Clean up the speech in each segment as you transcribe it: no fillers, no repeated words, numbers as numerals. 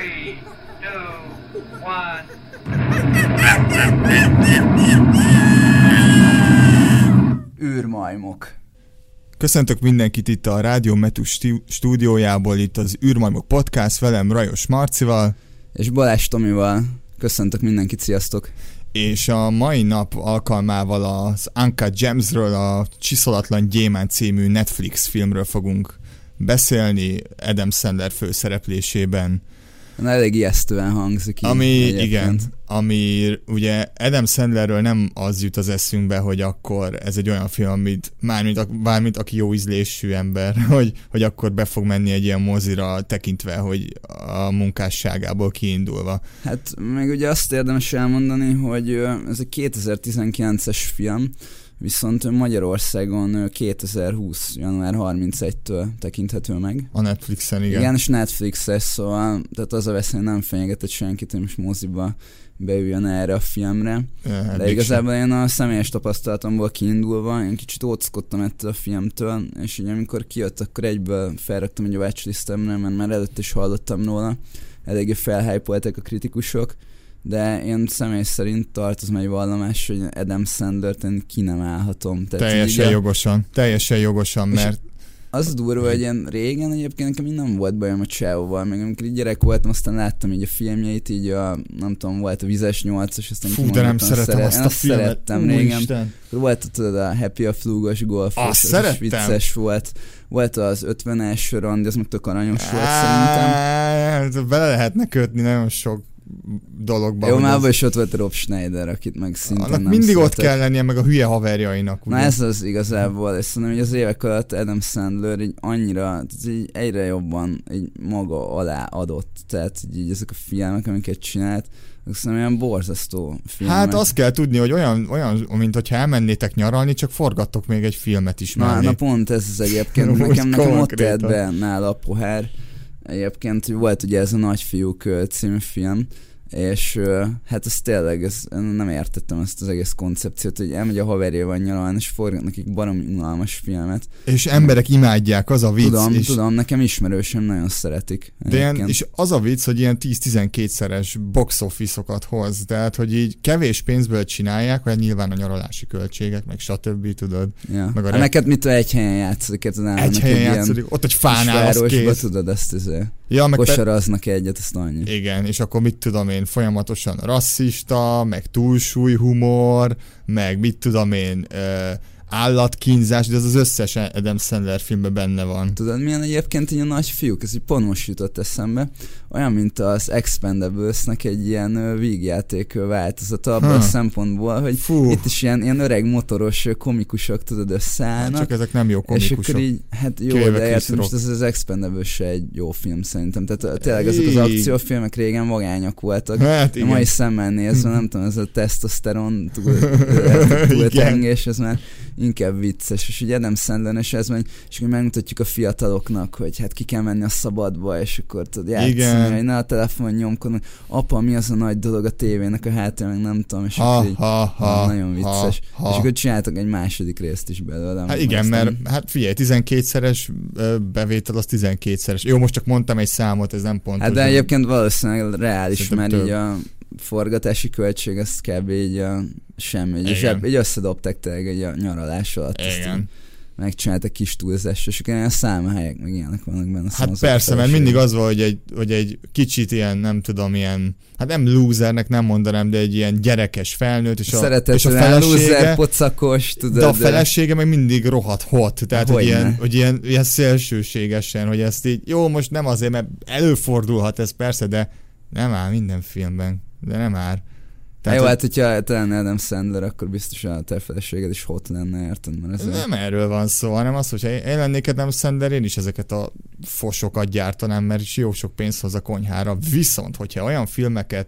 3, 2, 1. űrmajmok. Köszöntök mindenkit itt a Rádió Metu stúdiójából, itt az űrmajmok podcast, velem Rajos Marcival. És Balázs Tomival. Köszöntök mindenkit, sziasztok! És a mai nap alkalmával az Uncut Gemsről, a Csiszolatlan Gyémánt című Netflix filmről fogunk beszélni, Adam Sandler főszereplésében. Elég ijesztően hangzik. Ami ugye Adam Sandlerről nem az jut az eszünkbe, hogy akkor ez egy olyan film, amit mármint aki jó ízlésű ember, hogy akkor be fog menni egy ilyen mozira tekintve, hogy a munkásságából kiindulva. Hát meg ugye azt érdemes elmondani, hogy ez egy 2019-es film, viszont Magyarországon 2020. január 31-től tekinthető meg. A Netflixen, igen. Igen, és Netflixes, szóval tehát az a veszély nem fenyegetett senkit, hogy most moziba beüljön erre a filmre. Hát de igazából én a személyes tapasztalatomból kiindulva, én kicsit óckodtam ettől a filmtől, és ugye amikor kijött, akkor egyből felraktam egy a watchlistemre, mert már előtt is hallottam róla. Eléggé felhypolták a kritikusok, de én személy szerint tartozom egy vallomás, hogy Adam Sandlert én ki nem állhatom. Teljesen jogosan, mert... Az durva, hogy én régen egyébként nekem így nem volt bajom a csávóval, meg amikor így gyerek voltam, aztán láttam így a filmjeit, így nem tudom, volt a Vizes 8-as, aztán fú, de nem szeretem azt a filmet. Szerettem régen. Akkor volt tudod, a Happy a Flugos golfos, az is vicces volt. Volt az 50-es randi, az meg tök aranyos volt szerintem. Bele lehetne kötni nagyon sok dologban. Jó, már is ott volt Rob Schneider, akit meg szintén nem mindig szeretek. ott kell lennie, meg a hülye haverjainak. Ugye? Na ez az igazából, és szerintem, hogy az évek alatt Adam Sandler így annyira, így egyre jobban így maga alá adott, tehát így ezek a filmek, amiket csinált, aztán olyan borzasztó filmek. Hát azt kell tudni, hogy olyan, mint hogyha elmennétek nyaralni, csak forgattok még egy filmet is mellé. Na pont ez az egyébként, nekem ott tett be nála a pohár. Egyébként volt ugye ez a Nagyfiúk című film, és hát ez tényleg, nem értettem ezt az egész koncepciót, hogy elmegy a haverjával nyaralni, és forgat nekik baromi unalmas filmet. És emberek imádják, az a vicc. Tudom, nekem ismerősöm nagyon szeretik. És az a vicc, hogy ilyen 10-12-szeres box office-okat hoz, tehát, hogy így kevés pénzből csinálják, vagy nyilván a nyaralási költségek, meg stb. Tudod. Ja. Meg neked mit egy helyen játszik? Egy helyen játszik, ott egy fánál, az kész. Tudod, ezt meg kosaraznak egyet, azt annyi. Igen, és akkor mit tudom én, folyamatosan rasszista, meg túlsúlyhumor, meg mit tudom én, állatkínzás, de ez az összes Adam Sandler filmben benne van. Tudod, milyen egyébként így a Nagyfiúk? Ez így pont most jutott eszembe. Olyan, mint az Expendables-nek egy ilyen vígjáték változata abban a szempontból, hogy itt is ilyen öreg motoros komikusok, tudod, összeállnak. Csak ezek nem jó komikusok. És akkor így, hát jó, de értem, most ez az Expendables se egy jó film szerintem. Tehát tényleg ezek az akciófilmek régen vagányak voltak. Hát, a mai szemmel nézve, nem tudom, ez a tesztoszteron túltengés, ez már inkább vicces, és ugye Adam Sandler és ez megy, és akkor megmutatjuk a fiataloknak, hogy hát ki kell menni a szabadba, és akkor tudod játszani, hogy ne a telefon nyomkodni, apa, mi az a nagy dolog a tévének a hátán, meg nem tudom, és akkor így nagyon vicces. És akkor csináltak egy második részt is belőle. Hát igen, mert hát figyelj, 12-szeres bevétel az 12-szeres. Jó, most csak mondtam egy számot, ez nem pontos. Hát de egyébként valószínűleg reális, mert így a forgatási költség, azt kb. Így semmi. Így összedobták tényleg egy a nyaralás alatt. Igen. Megcsináltak kis túlzást, és akkor ilyen számhelyek meg ilyenek vannak benne. Hát persze, mert mindig az van, hogy egy kicsit ilyen, nem tudom, ilyen, hát nem losernek nem mondanám, de egy ilyen gyerekes felnőtt, és a felesége, loser, pocakos, tudod. De a felesége meg mindig rohadt hot, tehát hogy ilyen szélsőségesen, hogy ezt így, jó, most nem azért, mert előfordulhat ez persze, de nem áll minden filmben, de nem áll. Tehát, jó, hát hogyha te lenne Adam Sandler, akkor biztos a te feleséged is hot lenne, érted? Mert ez nem erről van szó, hanem az, hogyha én lennék Adam Sandler, én is ezeket a fosokat gyártanám, mert is jó sok pénzt hoz a konyhára. Viszont, hogyha olyan filmeket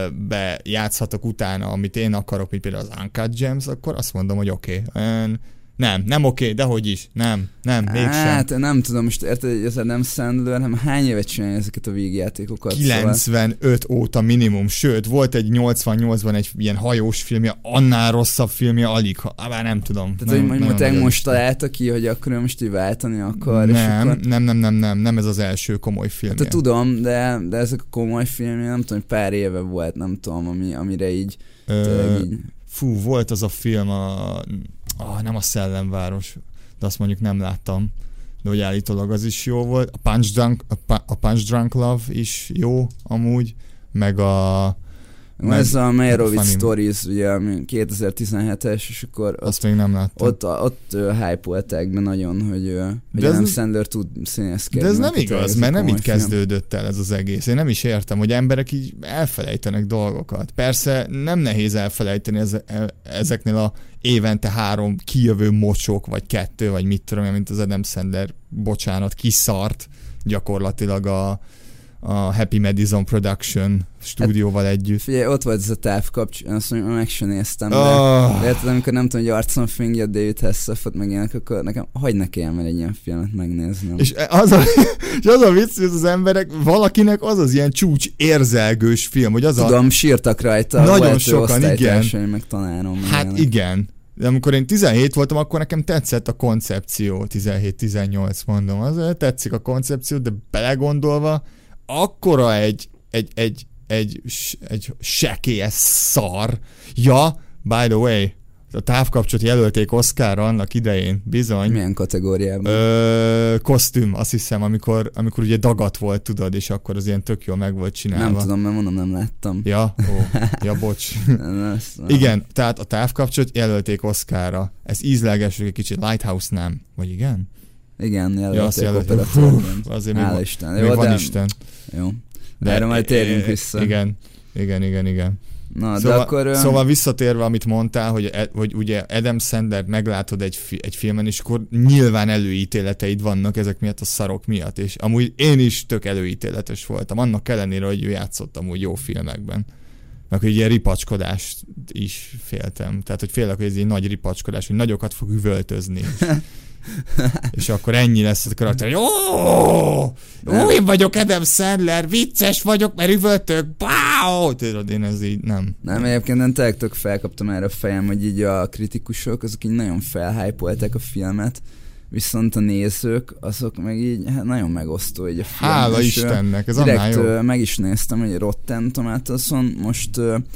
bejátszhatok utána, amit én akarok, mint például az Uncut Gems, akkor azt mondom, hogy oké. Nem oké, dehogy is. Nem, mégsem. Hát nem tudom, most érted, hogy nem Sandler, hanem hány évet csinálja ezeket a vígjátékokat? 95 óta minimum, sőt, volt egy 88-ban egy ilyen hajós filmje, annál rosszabb filmje alig, bár nem tudom. Tehát, hogy most találta ki, hogy akkor ő most így váltani akar. Nem ez az első komoly filmje. Hát tudom, de ezek a komoly filmje, nem tudom, hogy pár éve volt, nem tudom, amire így... Fú, volt az a film, nem a Szellemváros, de azt mondjuk nem láttam, de hogy állítólag az is jó volt. A Punch Drunk Love is jó amúgy, meg ez a Meyerowitz Stories, ugye, 2017-es, és akkor azt még nem láttam. Ott hype-olták be nagyon, hogy Adam Sandler tud színészkedni. De ez nem igaz, mert nem így kezdődött el ez az egész. Én nem is értem, hogy emberek így elfelejtenek dolgokat. Persze nem nehéz elfelejteni ezeknél a évente 3 kijövő mocsok, vagy 2, vagy mit tudom, mint az Adam Sandler, bocsánat, kiszart gyakorlatilag a Happy Madison Production stúdióval együtt. Figyelj, ott volt ez a távkapcsolat, azt mondjuk, meg sem néztem, de érted, amikor nem tudom, hogy arcon fingja David Hasselhoffot meg ilyenek, akkor nekem hagyd ne kelljen egy ilyen filmet megnézni. És az a vicc, hogy az emberek, valakinek az ilyen csúcs érzelgős film, hogy tudom, sírtak rajta. Nagyon sokan, igen. Meg tanárom. Hát ilyenek. Igen. De amikor én 17 voltam, akkor nekem tetszett a koncepció. 17-18 mondom. Az tetszik a koncepció, de belegondolva akkora egy sekélyes szar. Ja, by the way, a távkapcsolat jelölték Oscarra annak idején, bizony. Milyen kategóriában? Kosztüm, azt hiszem, amikor ugye dagat volt, tudod, és akkor az ilyen tök jól meg volt csinálva. Nem tudom, mert mondom, nem láttam. Ja, bocs. Igen, tehát a távkapcsolat jelölték Oscarra. Ez ízleges, egy kicsit. Lighthouse nem. Vagy igen? Igen, jelölték operatőrben. Azért még Isten. Még van Isten. Jó. De erre majd térjünk vissza. Igen. Na, de akkor... Szóval visszatérve, amit mondtál, hogy ugye Adam Sandler meglátod egy filmen, és akkor nyilván előítéleteid vannak ezek miatt a szarok miatt, és amúgy én is tök előítéletes voltam, annak ellenére, hogy ő játszott amúgy jó filmekben. Meg hogy ilyen ripacskodást is féltem. Tehát, hogy félek, hogy ez egy nagy ripacskodás, hogy nagyokat fog üvöltözni. És akkor ennyi lesz a karakter. Jó, én vagyok Adam Sandler, vicces vagyok, mert üvöltök, báó! Tudod, én ez így nem. Nem, egyébként nem tök felkaptam erre a fejem, hogy így a kritikusok, azok így nagyon felhypolták a filmet, viszont a nézők, azok meg így nagyon megosztó így a film. Hála Istennek, ez annál jó. Direkt meg is néztem, hogy Rotten Tomatoes-on most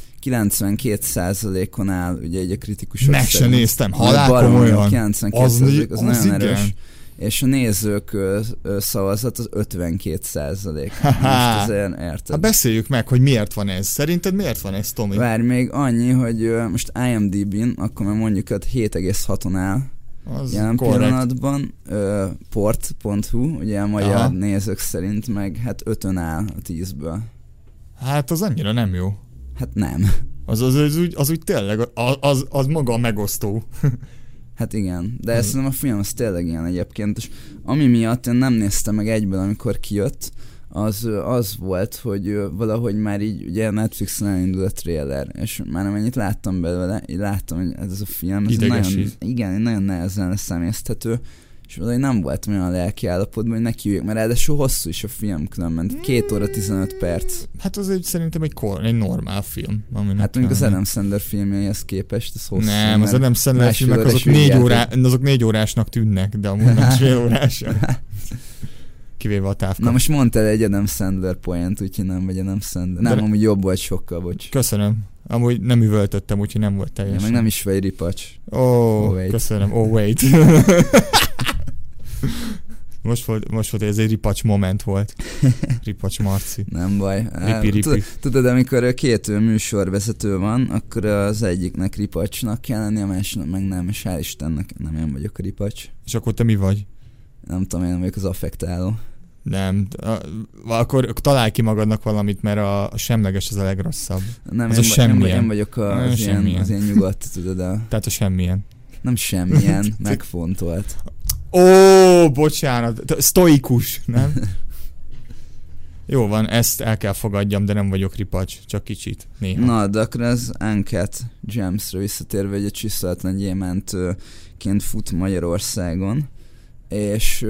92%-on áll, ugye egy a kritikusok meg se néztem, halálkomolyan. 92% az nagyon erős. És a nézők szavazat az 52%. Most azért érted. Hát beszéljük meg, hogy miért van ez. Szerinted miért van ez, Tomi? Várj, még annyi, hogy most IMDb-n, akkor már mondjuk 7,6-on áll. Az jelen korrekt. Pillanatban port.hu, ugye a magyar nézők szerint, meg hát 5-ön áll a 10-ből. Hát az annyira nem jó. Hát nem. Az úgy tényleg, az maga megosztó. Hát igen, de ezt szerintem a film az tényleg ilyen egyébként, és ami miatt én nem néztem meg egyből, amikor kijött, az volt, hogy valahogy már így ugye Netflixen elindult a trailer, és már amennyit láttam belőle, így láttam, hogy ez a film, nagyon nehezen leszemészthető, és valahogy nem volt olyan lelki állapotban, hogy nekiüljek, mert ráadásul hosszú is a film különben, 2 óra 15 perc. Hát az szerintem egy normál film. Hát mondjuk az Adam Sandler filmjeihez képest, ez hosszú. Nem, az Adam Sandler filmek azok 4 órásnak tűnnek, de amúgy nem fél órás. Kivéve a távkap. Na most mondtál egy Adam Sandler point, úgyhogy nem vagy Adam Sandler. Nem, amúgy jobb volt sokkal, bocs. Köszönöm. Amúgy nem üvöltöttem, úgyhogy nem volt teljesen. Ja, meg nem is vagy ripacs. Köszönöm. Wait. Most volt, ez egy ripacs moment volt. Ripacs Marci. Nem baj. Ripi. Tudod, amikor 2 műsorvezető van, akkor az egyiknek ripacsnak kell lenni, a másiknak meg nem, és hál' Istennek nem én vagyok a ripacs. És akkor te mi vagy? Nem tudom, én vagyok az affektáló. Nem, akkor találj ki magadnak valamit, mert a semleges az a legrosszabb. Nem, én vagyok az ilyen nyugodt, tudod. Tehát a semmilyen. Nem semmilyen, megfontolt. Bocsánat, sztoikus, nem? Jó van, ezt el kell fogadjam, de nem vagyok ripacs, csak kicsit, néha. Na, de akkor az Uncut Gems-re visszatérve, hogy a Csiszolátlan Gyémántként fut Magyarországon, és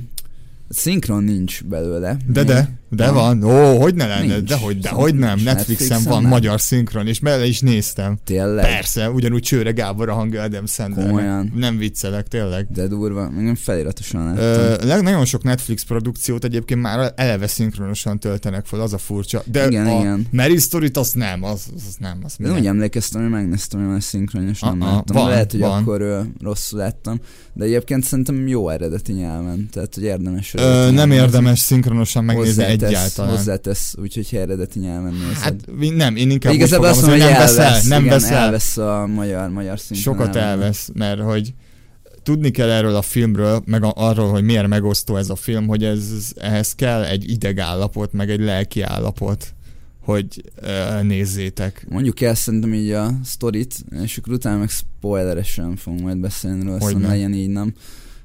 szinkron nincs belőle. De van. Ó, hogy ne lenne? Dehogy nem. Netflixen van magyar szinkron, és bele is néztem. Tényleg? Persze, ugyanúgy Csőre Gábor a hangja Adam Sandler. Komolyan. Nem viccelek, tényleg. De durva, még nem feliratosan láttam. Nagyon sok Netflix produkciót egyébként már eleve szinkronosan töltenek fel, az a furcsa. De igen. Mary Story-t azt nem, az nem. De úgy emlékeztem, hogy megnéztem, hogy van szinkronja, és nem láttam. Lehet, hogy akkor rosszul láttam. De egyébként szerintem jó eredeti nyelven, tehát hogy érdemes. Nem érdemes szinkronosan megnézni egyáltalán. Hozzátesz, úgyhogy eredeti nyelven nézed. Hát nem, én inkább úgy fogalmazom, hogy nem veszel. Elvesz a magyar szinkron. Sokat elvesz, mert hogy tudni kell erről a filmről, meg arról, hogy miért megosztó ez a film, hogy ehhez kell egy idegállapot, meg egy lelki állapot, hogy nézzétek. Mondjuk el szerintem így a sztorit, és akkor utána meg spoileresen fogunk majd beszélni róla, szóval legyen így, nem?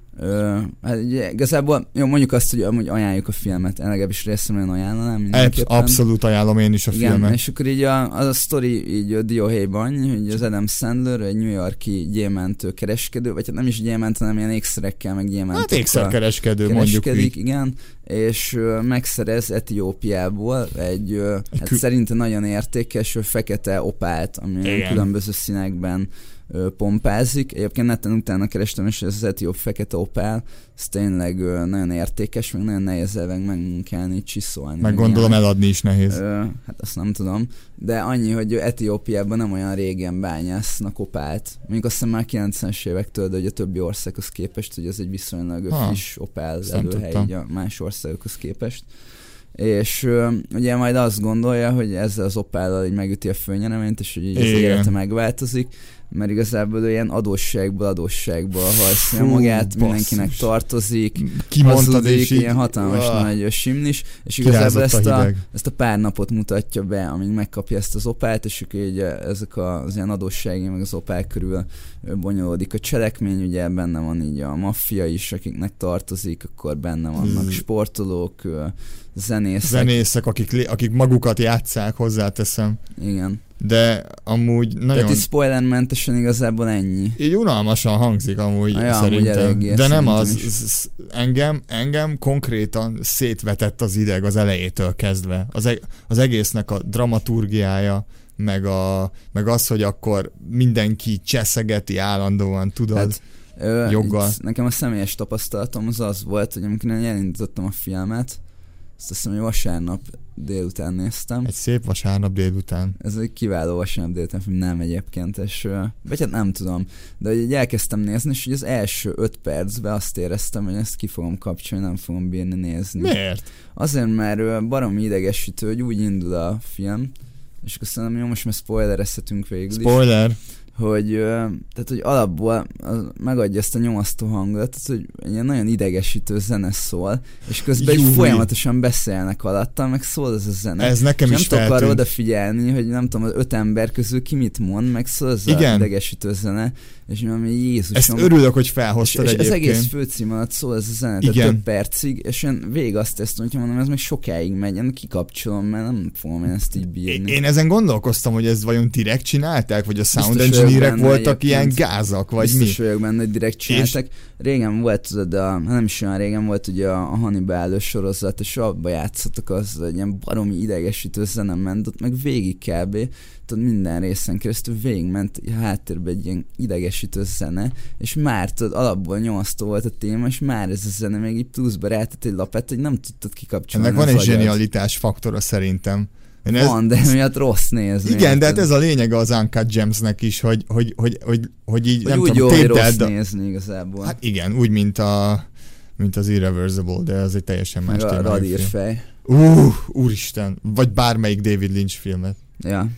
Hát igazából jó, mondjuk azt, hogy amúgy ajánljuk a filmet, legalábbis részemben ajánlanám mindenképpen. Abszolút ajánlom én is a filmet. Igen, és akkor így a sztori így a dióhéjban, hogy az Adam Sandler egy New York-i gyémánt kereskedő, vagy hát nem is gyémánt, hanem ilyen ékszerekkel, meg gyémántokkal. Hát ékszerkereskedő, mondjuk így. Igen, és megszerez Etiópiából egy hát szerinte nagyon értékes fekete opált, ami különböző színekben pompázik. Egyébként neten utána kerestem, és ez az etióp fekete opál, ez tényleg nagyon értékes, meg nagyon nehéz elveg megmunkálni, csiszolni. Meg gondolom eladni is nehéz. Hát azt nem tudom. De annyi, hogy Etiópiában nem olyan régen bányásznak opált. Mondjuk azt hiszem már 90-es évektől, de hogy a többi országhoz képest, hogy ez egy viszonylag friss opál előhely így a más országokhoz képest. És ugye majd azt gondolja, hogy ezzel az opállal így megüti a főnyereményt, és hogy így az élete megváltozik, mert igazából ilyen adósságból halszja magát, mindenkinek tartozik, hazudik, ilyen hatalmas nagy simnis, és igazából ezt a pár napot mutatja be, amíg megkapja ezt az opált, és így ezek az ilyen adóssági, meg az opál körül bonyolódik a cselekmény, ugye benne van így a maffia is, akiknek tartozik, akkor benne vannak sportolók, zenészek, akik magukat játsszák, hozzáteszem. Igen. De amúgy nagyon... Tehát itt spoilermentesen igazából ennyi. Így unalmasan hangzik amúgy szerintem. De nem az... Engem konkrétan szétvetett az ideg az elejétől kezdve. Az egésznek a dramaturgiája, meg az, hogy akkor mindenki cseszegeti állandóan, tudod, joggal. Nekem a személyes tapasztalatom az volt, hogy amikor én elindítottam a filmet, azt hiszem, hogy vasárnap délután néztem. Egy szép vasárnap délután. Ez egy kiváló vasárnap délután film, nem egyébként, és vagy hát nem tudom, de hogy elkezdtem nézni, és hogy az első 5 percben azt éreztem, hogy ezt ki fogom kapcsolni, nem fogom bírni nézni. Miért? Azért, mert baromi idegesítő, hogy úgy indul a film, és akkor szerintem jó, most már spoilerezhetünk végül is. Spoiler! Tehát, hogy alapból megadja ezt a nyomasztó hangulatot, hogy egy ilyen nagyon idegesítő zene szól, és közben így folyamatosan beszélnek alatta, meg szól ez a zene. Ez nekem is nem tudok arra odafigyelni, hogy nem tudom, az 5 ember közül ki mit mond, meg szól ez a idegesítő zene, és mi Jézusom. Ezt örülök, hogy felhoztad és egyébként. Ez egész főcím alatt szól ez a zene, tehát több percig, és én végig azt tesztem, hogy mondom, ez még sokáig megy, én kikapcsolom, mert nem fogom én ezt így bírni. Én ezen gondolkoztam, hogy ez vajon direkt csinálták, vagy a sound engineerek voltak ilyen gázak, vagy biztos mi? Biztos vagyok benne, hogy direkt csináltak. Régen volt, nem is olyan régen volt ugye a Hannibal sorozat, és abba játszottak az, hogy ilyen baromi idegesítő zene ment, ott meg végig kb. Tudod, minden részen keresztül végigment háttérbe egy ilyen idegesítő zene, és már tudod, alapból nyomasztó volt a téma, és már ez a zene még így pluszba rátett egy lapát, hogy nem tudtad kikapcsolni. Ennek van egy zsenialitás faktora szerintem. Van, de miatt rossz nézni. Igen, de hát ez a lényeg az Uncut Gems-nek is, hogy így nem úgy tudom, jó, hogy rossz nézni igazából. Hát igen, úgy, mint az Irreversible, de ez egy teljesen más téma. A radírfej. Úristen, vagy bármelyik David Lynch filmet. Ja.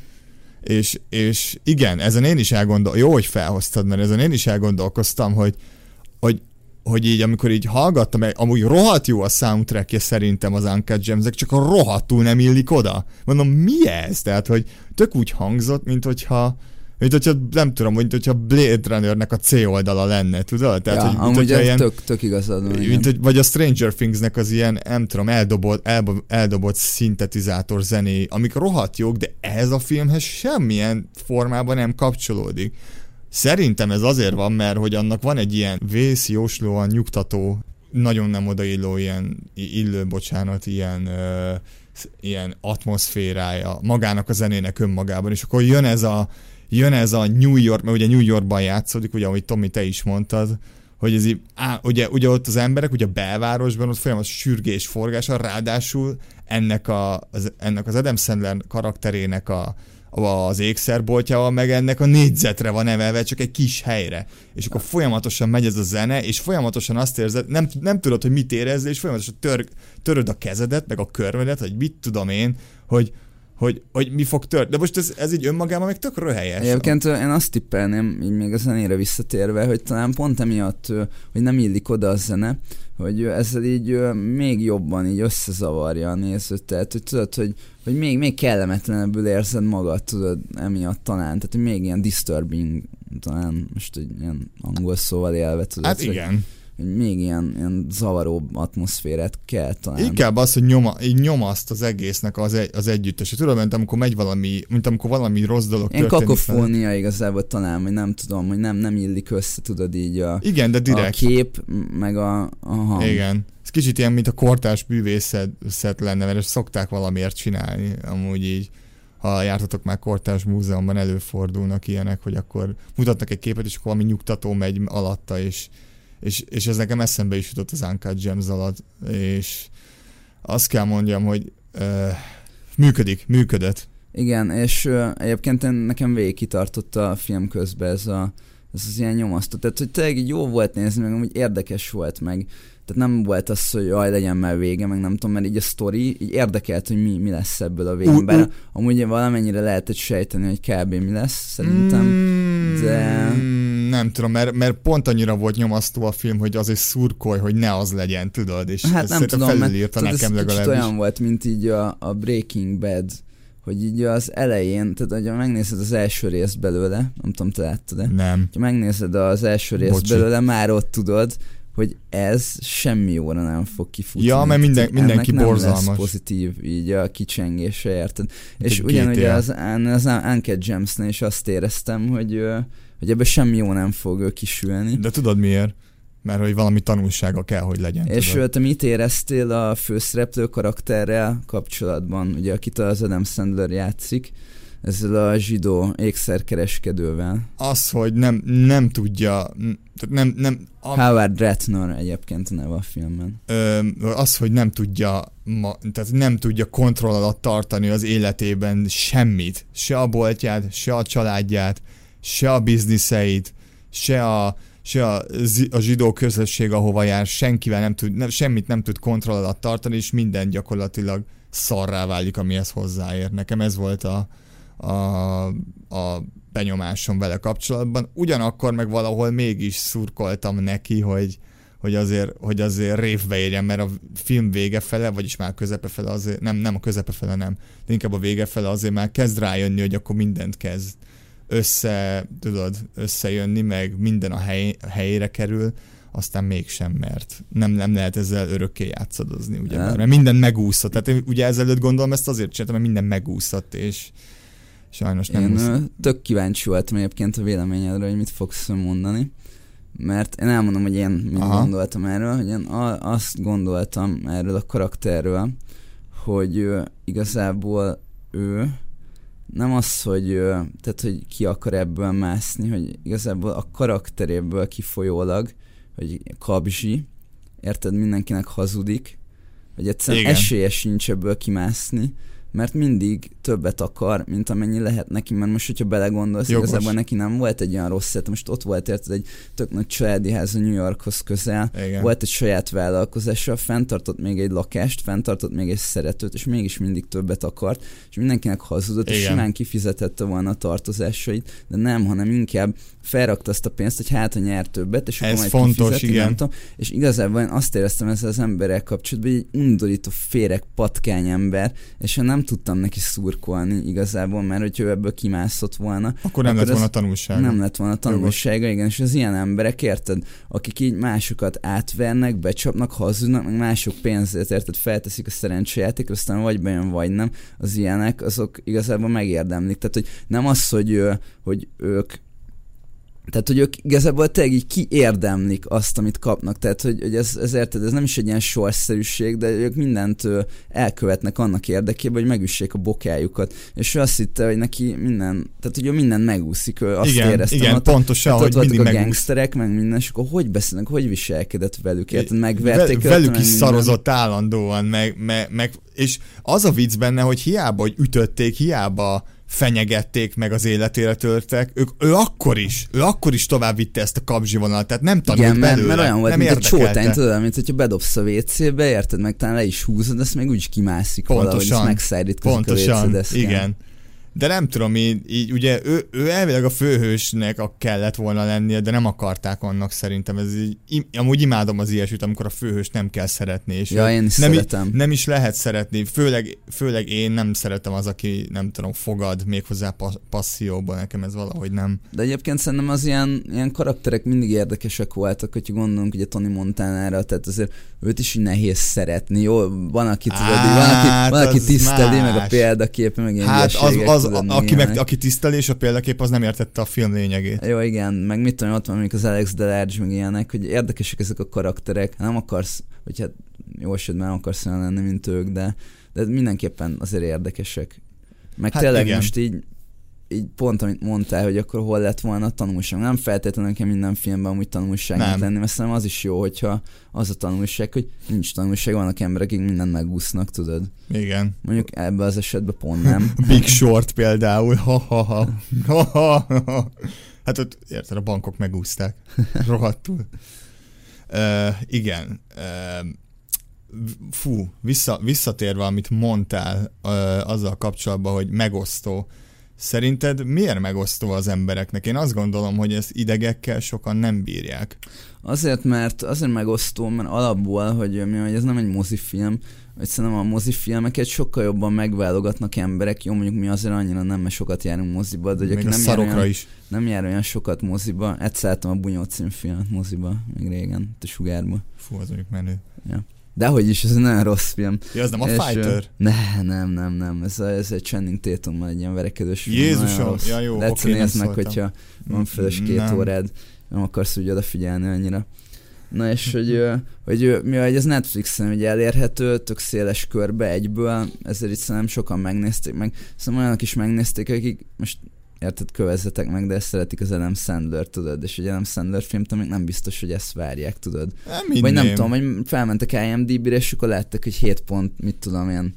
És igen, ezen én is jó, hogy felhoztad, mert ezen én is elgondolkoztam, hogy így, amikor így hallgattam, amúgy rohadt jó a soundtrackje szerintem az Uncut Gems-ek, csak a rohadtul nem illik oda. Mondom, mi ez? Tehát, hogy tök úgy hangzott, mint hogyha Mint hogyha, nem tudom, mint hogyha Blade Runnernek a C oldala lenne, tudod? Tehát, ja, hogy, amúgy ez tök igazad van. Vagy a Stranger Thingsnek az ilyen, nem tudom, eldobott szintetizátor zené, amik rohadt jók, de ehhez a filmhez semmilyen formában nem kapcsolódik. Szerintem ez azért van, mert hogy annak van egy ilyen vészjóslóan nyugtató, nagyon nem odailló ilyen atmoszférája magának a zenének önmagában, és akkor jön ez a New York, mert ugye New Yorkban játszódik, ugye, ahogy Tomi, te is mondtad, hogy ez ugye ott az emberek, ugye a belvárosban ott folyamatos sürgés, forgása, ráadásul ennek az Adam Sandler karakterének az ékszerboltjával, meg ennek a négyzetre van emelve, csak egy kis helyre. És akkor folyamatosan megy ez a zene, és folyamatosan azt érzed, nem tudod, hogy mit érezzél, és folyamatosan töröd a kezedet, meg a körmedet, hogy mit tudom én, hogy mi fog történni. De most ez így önmagában még tök röhelyes. Egyébként én azt tippelném, így még a zenére visszatérve, hogy talán pont emiatt, hogy nem illik oda a zene, hogy ezzel így még jobban így összezavarja a nézőt, tehát hogy tudod, hogy még kellemetlenebbül érzed magad, tudod, emiatt talán, tehát hogy még ilyen disturbing, talán most egy ilyen angol szóval élve, tudod. Hát igen. Hogy még ilyen zavaróbb atmoszférát kell talán. Inkább az, hogy nyomaszt az egésznek az együttese. Tudod, mint amikor valami rossz dolog történik. Ilyen kakofónia igazából talán, hogy nem tudom, hogy nem illik össze, tudod így igen, de direkt. A kép, meg a hang. Igen. Ez kicsit ilyen, mint a kortárs művészet lenne, mert ezt szokták valamiért csinálni, amúgy így. Ha jártatok már kortárs múzeumban, előfordulnak ilyenek, hogy akkor mutatnak egy képet, és akkor valami nyugtató megy alatta, és ez nekem eszembe is jutott az Uncut Gems alatt, és azt kell mondjam, hogy működött. Igen, és egyébként nekem végig kitartotta a film közben ez az ilyen nyomasztó. Tehát, hogy tényleg így jó volt nézni, meg amúgy érdekes volt meg. Tehát nem volt az, hogy jaj, legyen már vége, meg nem tudom, mert így a sztori így érdekelt, hogy mi lesz ebből a végén. Bár amúgy valamennyire lehetett sejteni, hogy kb. Mi lesz, szerintem, de... Nem tudom, mert pont annyira volt nyomasztó a film, hogy azért szurkolj, hogy ne az legyen, tudod, és hát nem tudom, felülírta nekem legalábbis. Olyan volt, mint így a Breaking Bad, hogy így az elején, tehát ha megnézed az első részt belőle, nem tudom, te láttad-e? Nem. Ha megnézed az első részt belőle, már ott tudod, hogy ez semmi jóra nem fog kifutni. Ja, mert mindenki borzalmas. Nem lesz pozitív így a kicsengése, érted? És ugyanúgy az Uncut Gems-nél is azt éreztem, hogy ebben semmi jó nem fog kisülni. De tudod miért? Mert hogy valami tanulsága kell, hogy legyen. És te mit éreztél a főszereplő karakterrel kapcsolatban, ugye akit az Adam Sandler játszik, ezzel a zsidó ékszerkereskedővel? Az, hogy nem tudja... Howard Ratner egyébként neve a filmben. Az, hogy nem tudja, tehát nem tudja kontroll alatt tartani az életében semmit. Se a boltját, se a családját, se a bizniszeit, se a zsidó közösség, ahova jár, senkivel semmit nem tud kontroll alatt tartani, és minden gyakorlatilag szarrá válik, amihez hozzáér. Nekem ez volt a benyomásom vele kapcsolatban. Ugyanakkor meg valahol mégis szurkoltam neki, hogy azért révbe érjen, mert a film vége fele, vagyis már közepe fele azért, nem a közepe fele nem, de inkább a vége fele azért már kezd rájönni, hogy akkor mindent kezd összejönni, meg minden a helyére kerül, aztán mégsem, mert nem lehet ezzel örökké játszadozni, ugye, mert minden megúszott. Tehát ugye ezelőtt gondolom, ezt azért csináltam, mert minden megúszott, és sajnos nem Én tök kíváncsi voltam egyébként a véleményedről, hogy mit fogsz mondani, mert én elmondom, hogy én mit gondoltam erről, hogy én azt gondoltam erről a karakterről, hogy igazából ő nem az, hogy ki akar ebből mászni, hogy igazából a karakteréből kifolyólag, hogy kabzsi, érted, mindenkinek hazudik, hogy egyszerűen esélye sincs ebből kimászni, mert mindig többet akar, mint amennyi lehet neki, mert most, hogyha belegondolsz, igazából neki nem volt egy olyan rossz élet, most ott volt, érted, egy tök nagy családi ház a New Yorkhoz közel, volt egy saját vállalkozása, fenntartott még egy lakást, fenntartott még egy szeretőt, és mégis mindig többet akart, és mindenkinek hazudott, és simán kifizetette volna a tartozásait, de nem, hanem inkább felrakta azt a pénzt, hogy hát, ha nyer többet, és akkor majd kifizeti, nem tudom. És igazából én azt éreztem ezzel az emberrel kapcsolatban, hogy egy undorító féreg patkány ember, és én nem nem tudtam neki szurkolni igazából, mert hogyha ő ebből kimászott volna, akkor nem lett volna tanulsága. Nem lett volna tanulsága, igen, és az ilyen emberek, érted, akik így másokat átvernek, becsapnak, hazudnak, meg mások pénzért, érted, felteszik a szerencsejátékra, aztán vagy bejön, vagy nem, az ilyenek, azok igazából megérdemlik. Tehát, hogy nem az, hogy ők tehát, hogy ők igazából tényleg így kiérdemlik azt, amit kapnak. Tehát, hogy ez érted, ez nem is egy ilyen sorszerűség, de ők mindent elkövetnek annak érdekében, hogy megüssék a bokájukat. És ő azt hitte, hogy neki minden, tehát, hogy ő minden megúszik. Ő azt éreztem. Igen, pontosan, hogy mindig megúszik. A gangsterek, meg minden, és akkor hogy beszélnek, hogy viselkedett velük, érted? Megverték velük is szarozott állandóan, meg, és az a vicc benne, hogy hiába, hogy ütötték, hiába fenyegették, meg az életére törtek, ő akkor is tovább vitte ezt a kapzsivonalat, tehát nem tanult belőle, mert olyan volt, nem mint egy csótány, tudod, mint hogyha bedobsz a WC-be, érted, meg talán le is húzod, ezt meg úgyis kimászik valahogy, ezt megszállítkozik a WC-deszkán. Igen. De nem tudom, így ugye ő elvileg a főhősnek kell volna lennie, de nem akarták annak szerintem. Ez így, amúgy imádom az ilyesmit, amikor a főhős nem kell szeretni. És én is szeretem. Nem is lehet szeretni. Főleg én nem szeretem az, aki nem tudom, fogad méghozzá passzióban. Nekem ez valahogy nem. De egyébként szerintem az ilyen karakterek mindig érdekesek voltak, hogyha gondolunk ugye Tony Montanára, tehát azért őt is így nehéz szeretni. Jó, van, aki tudod, van, aki tiszteli, más. Meg a példaképe, meg ilyen aki tiszteli, és a példakép az nem értette a film lényegét. Jó, igen, meg mit tudom, ott van mondjuk az Alex Delarge, meg ilyenek, hogy érdekesek ezek a karakterek, nem akarsz, hogy hát jó esetben nem akarsz olyan lenni, mint ők, de mindenképpen azért érdekesek. Meg hát tényleg igen. Most így pont, amit mondtál, hogy akkor hol lett volna a tanulság. Nem feltétlenül kell minden filmben úgy tanulságnak lenni, mert szerintem az is jó, hogyha az a tanulság, hogy nincs tanulság, vannak emberek, akik mindent megúsznak, tudod. Igen. Mondjuk ebben az esetben pont nem. Big Short például. Hát ott érted, a bankok megúszták. Rohadtul. Igen. Visszatérve, amit mondtál azzal kapcsolatban, hogy megosztó. Szerinted miért megosztó az embereknek? Én azt gondolom, hogy ezt idegekkel sokan nem bírják. Azért megosztó, mert alapból, hogy ez nem egy mozifilm, hogy szerintem a mozifilmeket sokkal jobban megválogatnak emberek. Jó, mondjuk mi azért annyira nem, mert sokat járunk moziba, de aki nem jár olyan sokat moziba. Egyszer láttam a Bunyó című filmet moziba, még régen, a Sugárba. Fú, az mondjuk menő. Ja. Dehogy is, ez egy nagyon rossz film. Ja, az nem a Fighter? Nem. Ez egy Channing Tatummal egy ilyen verekedős film. Jézusom, ja jó, oké, nézd meg, hogyha van fölös 2 órád, nem akarsz úgy odafigyelni annyira. Na és mivel ez Netflixen ugye elérhető, tök széles körbe egyből, ezért itt szerintem sokan megnézték meg. Szerintem olyanok is megnézték, akik most érted, kövezzetek meg, de ezt szeretik az Adam Sandler, tudod, és egy Adam Sandler filmt, amik nem biztos, hogy ezt várják, tudod. Vagy nem tudom, hogy felmentek IMDb-re, és akkor láttak, hogy 7 pont, mit tudom én,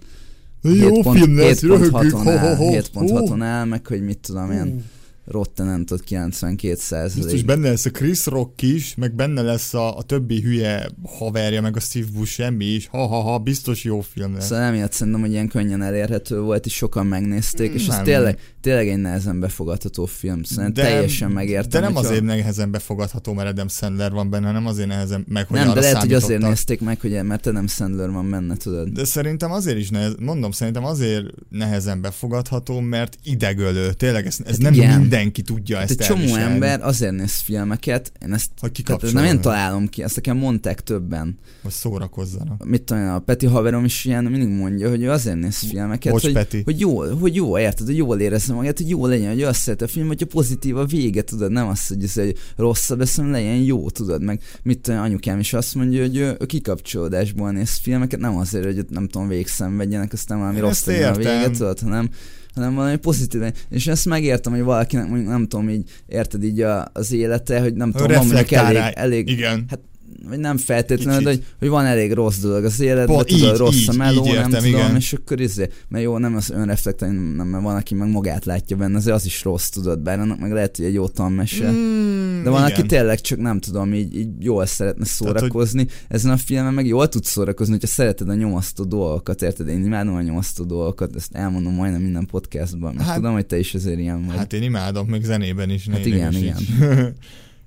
7.6-on áll, meg hogy mit tudom én, Rotten ott 92%. Biztos benne lesz a Chris Rock is, meg benne lesz a többi hülye haverja, meg a Steve Buscemi is. Biztos jó film lesz. Szóval emiatt szerintem, hogy ilyen könnyen elérhető volt, és sokan megnézték, és ez tényleg egy nehezen befogadható film. Szóval teljesen megértem. De nem azért nehezen befogadható, mert Adam Sandler van benne, hanem azért nehezen meg, hogy nem, de lehet, hogy azért nézték meg, hogy mert Adam Sandler van benne, tudod. De szerintem azért is szerintem azért nehezen befogadható, mert idegölő. Tényleg ez nem mindenki tudja ezt elviselni. Egy csomó ember azért néz filmeket, én ezt nem én találom ki, ezt nekem mondták többen. Hogy szórakozzanak. Mit tudom, a Peti haverom is ilyen mindig mondja, hogy ő azért néz filmeket, hogy jó, érted, hogy jól érezze magát, hogy jó legyen, hogy azt szeret a film, hogyha pozitív a vége, tudod, nem az, hogy rosszabb, ezt legyen jó, tudod, meg mit tudom, anyukám is azt mondja, hogy ő kikapcsolódásból néz filmeket, nem azért, hogy nem tudom, végszenvedjenek, aztán valami rossz legyen a vége, tudod, hanem valami pozitív. És ezt megértem, hogy valakinek mondjuk nem tudom, így érted így az élete, hogy nem tudom, van mondjuk elég igen. Hát, vagy nem feltétlenül, de hogy van elég rossz dolog az életben, tudod, rossz a meló, nem tudom, igen. És akkor mert jó, nem az önreflektálni, nem, mert van, aki meg magát látja benne, azért az is rossz, tudod, bár annak meg lehet, hogy egy jó tanmese. De van, aki tényleg csak nem tudom, így jól szeretne szórakozni. Ezen a filmen meg jól tudsz szórakozni, hogyha szereted a nyomasztó dolgokat, érted? Én imádom a nyomasztó dolgokat, ezt elmondom majdnem minden podcastban, mert tudom, hogy te is azért ilyen vagy. Hát én imádom, még zenében is. Hát igen.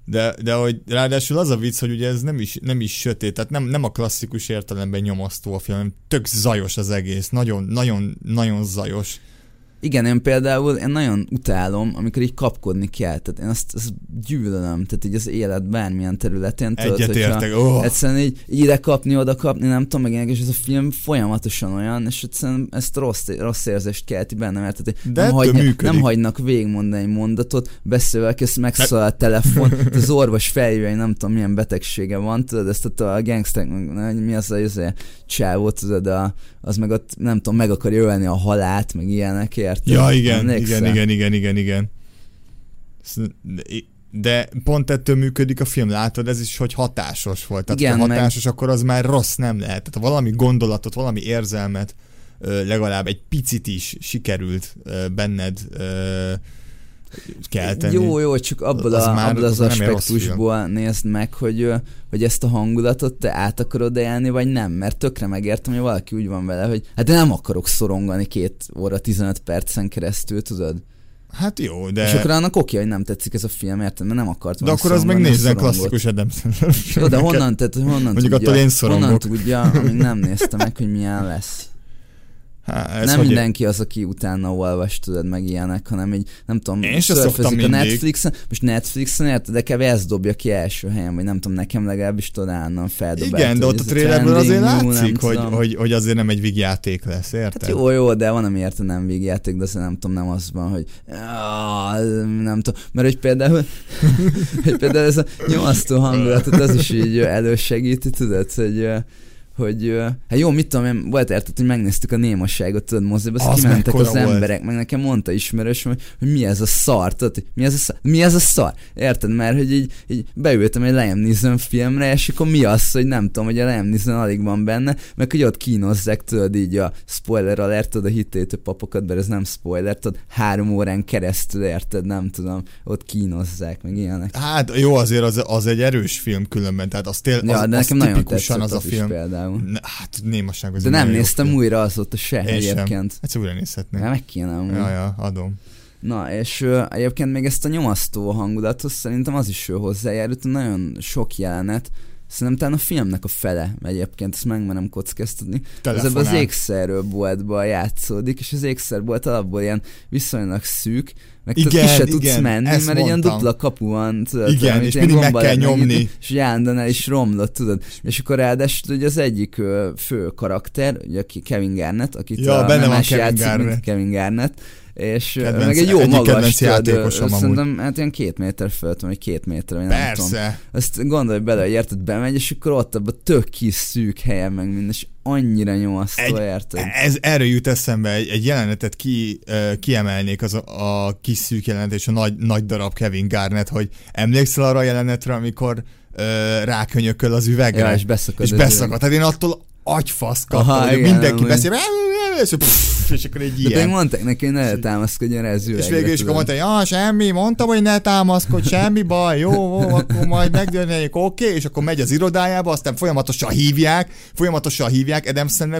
De hogy ráadásul az a vicc, hogy ugye ez nem is sötét, tehát nem a klasszikus értelemben nyomasztó a film, tök zajos az egész, nagyon zajos. Igen, én például nagyon utálom, amikor így kapkodni kell, tehát én azt gyűlölöm, tehát így az élet bármilyen területén. Egyetértek, egyszerűen így ide kapni, oda kapni, nem tudom, meg ilyenek, és ez a film folyamatosan olyan, és egyszerűen ezt rossz érzést kelti bennem, mert nem hagynak végigmondani egy mondatot, beszélve, ezt megszól a telefon, az orvos felhívja, hogy nem tudom, milyen betegsége van, tudod, ezt a gangster, mi az a csávó, tudod, az meg ott, nem tudom, meg akarja ölni a halált, meg ilyenek, érted? Ja, igen. De pont ettől működik a film, látod, ez is, hogy hatásos volt. Tehát, igen, ha hatásos, akkor az már rossz nem lehet. Tehát valami gondolatot, valami érzelmet legalább egy picit is sikerült benned kelteni. Jó, csak abból az aspektusból nézd meg, hogy ezt a hangulatot te át akarod élni, vagy nem, mert tökre megértem, hogy valaki úgy van vele, hogy hát nem akarok szorongani 2 óra 15 percen keresztül, tudod? Hát jó, de... És akkor annak oké, hogy nem tetszik ez a film, érted? Mert nem akart volna. De akkor az meg nézzen klasszikus Adam Sandler. Jó, de honnan honnan tudja, amíg nem nézte meg, hogy milyen lesz. Nem mindenki az, aki utána olvas, tudod, meg ilyenek, hanem így, nem tudom, szörfözik a Netflixen, most Netflixen, érted, de kb. Ezt dobja ki első helyen, vagy nem tudom, nekem legalábbis tudod állandóan feldobálta. Igen, de ott a trailerből azért látszik, hogy azért nem egy vígjáték lesz, érted? Hát jó, de van, ami érted nem vígjáték, de azért nem tudom, nem az van, hogy nem tudom, mert hogy például ez a nyomasztó hangulatot, az is így elősegíti, tudod, hogy hát jó, mit tudom én, volt érted, hogy megnéztük a Némaságot, tudod, moziba, azt kimentek az emberek, meg nekem mondta ismerős, hogy mi ez a szar, tudod, mi ez a szar, érted, mert hogy így beültem egy Liam Neeson filmre, és akkor mi az, hogy nem tudom, hogy a Liam Neeson alig van benne, meg hogy ott kínozzák, tudod, így a spoiler alert, tudod, a hittétő papokat, mert ez nem spoiler, tudod, 3 órán keresztül, érted, nem tudom, ott kínozzák, meg ilyenek. Hát jó, azért az egy erős film különben, tehát az tipikusan az a film. Hát némaság az. De nem néztem újra azóta se egyébként. Egyszer újra nézhetném. Meg kéne amúgy. Ja, adom. Na, és egyébként még ezt a nyomasztó hangulathoz szerintem az is hozzájárult, nagyon sok jelenet, szerintem talán a filmnek a fele egyébként, ezt megmerem kockáztatni. Ez ebben az ékszerboltban játszódik, és az ékszerbolt alapból ilyen viszonylag szűk, meg ki se tudsz menni, mert egy ilyen dupla kapu van, tudod, igen, és mindig meg kell nyomni. És állandóan el is romlott, tudod. És akkor ráadásul ugye az egyik fő karakter, ugye Kevin Garnett, akit a Memes játszik, Kevin Garnett, és meg egy jó magas, szerintem hát ilyen 2 méter fölött van, vagy 2 méter, vagy nem tudom. Azt gondolj bele, hogy érted, bemegy, és akkor ott abban tök kis szűk helyen meg minden, és annyira nyomasztó, érted? Erről jut eszembe, egy jelenetet kiemelnék, az a kis szűk jelenet, és a nagy darab Kevin Garnett, hogy emlékszel arra a jelenetre, amikor rákönyököl az üvegre? Ja, és beszakad. Tehát én attól agyfasz kaptam, hogy mindenki beszél, és akkor egy ilyen. De még mondták neki, hogy ne támaszkodjon rá az üvegre. És végül is akkor mondta, ja, semmi, mondtam, hogy ne támaszkodj, semmi baj, jó, akkor majd megdőlnék, oké, és akkor megy az irodájába, aztán folyamatosan hívják, Adam Sandler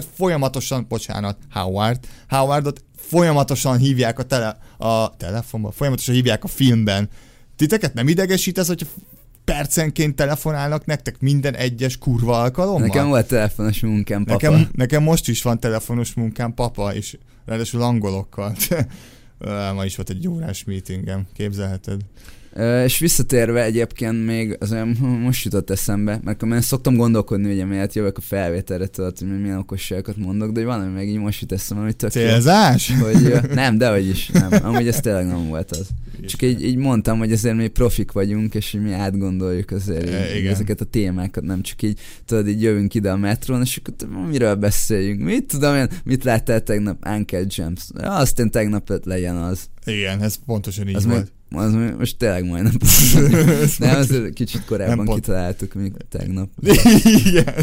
Howardot folyamatosan hívják a telefonban, folyamatosan hívják a filmben. Titeket nem idegesít ez, hogy percenként telefonálnak nektek minden egyes kurva alkalommal? Nekem volt telefonos munkám, papa. Nekem most is van telefonos munkám, papa, és ráadásul angolokkal. Ma is volt egy órás meetingem, képzelheted. És visszatérve egyébként még most jutott eszembe, mert én szoktam gondolkodni, ugye miért jövök a felvételre, tudod, hogy milyen okosságokat mondok, de valami meg így most jut eszembe, hogy tök célzás? Hogy nem, dehogy is, nem. Amúgy ez tényleg nem volt az. Csak így mondtam, hogy azért mi profik vagyunk, és mi átgondoljuk azért ezeket a témákat, nem csak így, tudod, így jövünk ide a metrón, és akkor miről beszéljünk? Mit tudom én, mit láttál tegnap? Uncle James. Ja, azt én tegnap legyen az. Igen, ez pontosan így volt. Az most tényleg majdnem. Nem, azért kicsit korábban kitaláltuk még tegnap. Igen.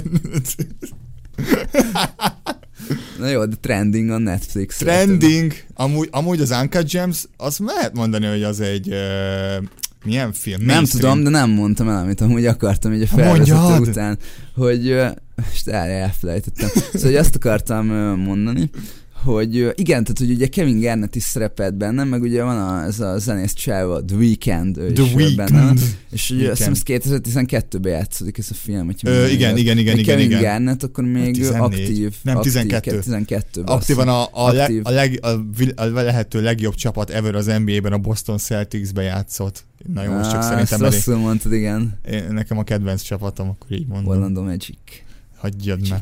Na jó, de trending a Netflix. Trending. Amúgy az Uncle James, azt lehet mondani, hogy az egy milyen film? Nem tudom, de nem mondtam el, amit amúgy akartam így a felvezető után, hogy most elfelejtettem. Szóval hogy azt akartam mondani, hogy igen, tehát hogy ugye Kevin Garnett is szerepelt benne, meg ugye van ez a zenész csáva, The Weeknd, ő is benne. És ugye azt hiszem 2012-ben játszódik ez a film. Igen. Kevin Garnett akkor még 14. aktív. Nem, 12. Aktívan a lehető legjobb csapat ever az NBA-ben, a Boston Celtics-ben játszott. Na jó, most csak szerintem elég. Rosszul mondtad, igen. Nekem a kedvenc csapatom, akkor így mondom. Orlando Magic. Hagyjad már.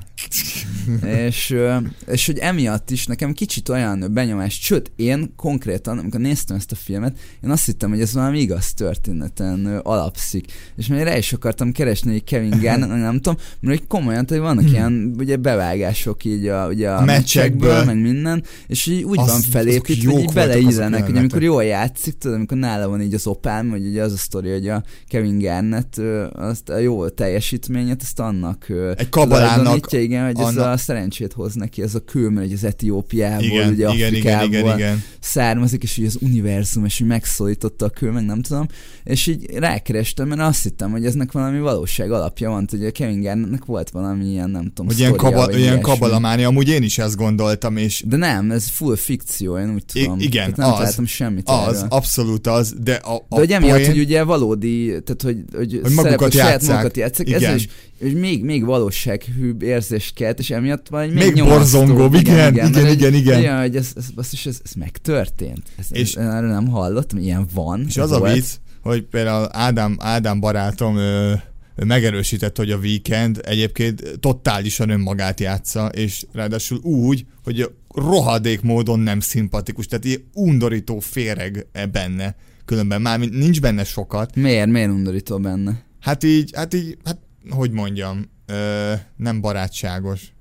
és hogy emiatt is nekem kicsit olyan benyomás, sőt, én konkrétan, amikor néztem ezt a filmet, én azt hittem, hogy ez valami igaz történeten alapszik. És még rá is akartam keresni, hogy Kevin Garnett, nem tudom, mert hogy komolyan, hogy vannak ilyen ugye bevágások így a meccsekből, meg minden, és így úgy van felépítve, hogy így beleillenek, hogy amikor jól játszik, tudod, amikor nála van így az opálm, hogy ugye az a sztori, hogy a Kevin Garnett azt a jó teljesítményet, azt annak kabalának, igen, hogy ez a szerencsét hoz neki, ez a kő, mert az Etiópiából, ugye Afrikából származik, és ugye az univerzum, és úgy megszólította a kő, meg nem tudom, és így rákerestem, mert azt hittem, hogy eznek valami valóság alapja van, hogy a Kevin Garnettnek volt valami ilyen, nem tudom, sztoria, ilyen kabalamánia, amúgy én is ezt gondoltam, és... De nem, ez full fikció, én úgy tudom. Igen, nem találtam semmit az, erről. Abszolút az, de de hogy emiatt, hogy ugye valódi, tehát hogy magukat játsszák, ez is, hogy még valósághűbb érzést kelt, és emiatt van egy még borzongóbb, igen. Olyan, hogy ez megtörtént. És erről nem hallottam, ilyen van. És az volt. A vicc, hogy például Ádám barátom megerősített, hogy a Weeknd egyébként totálisan önmagát játsza, és ráadásul úgy, hogy rohadék módon nem szimpatikus, tehát ilyen undorító féreg benne. Különben már nincs benne sokat. Miért undorító benne? Hát hogy mondjam, nem barátságos.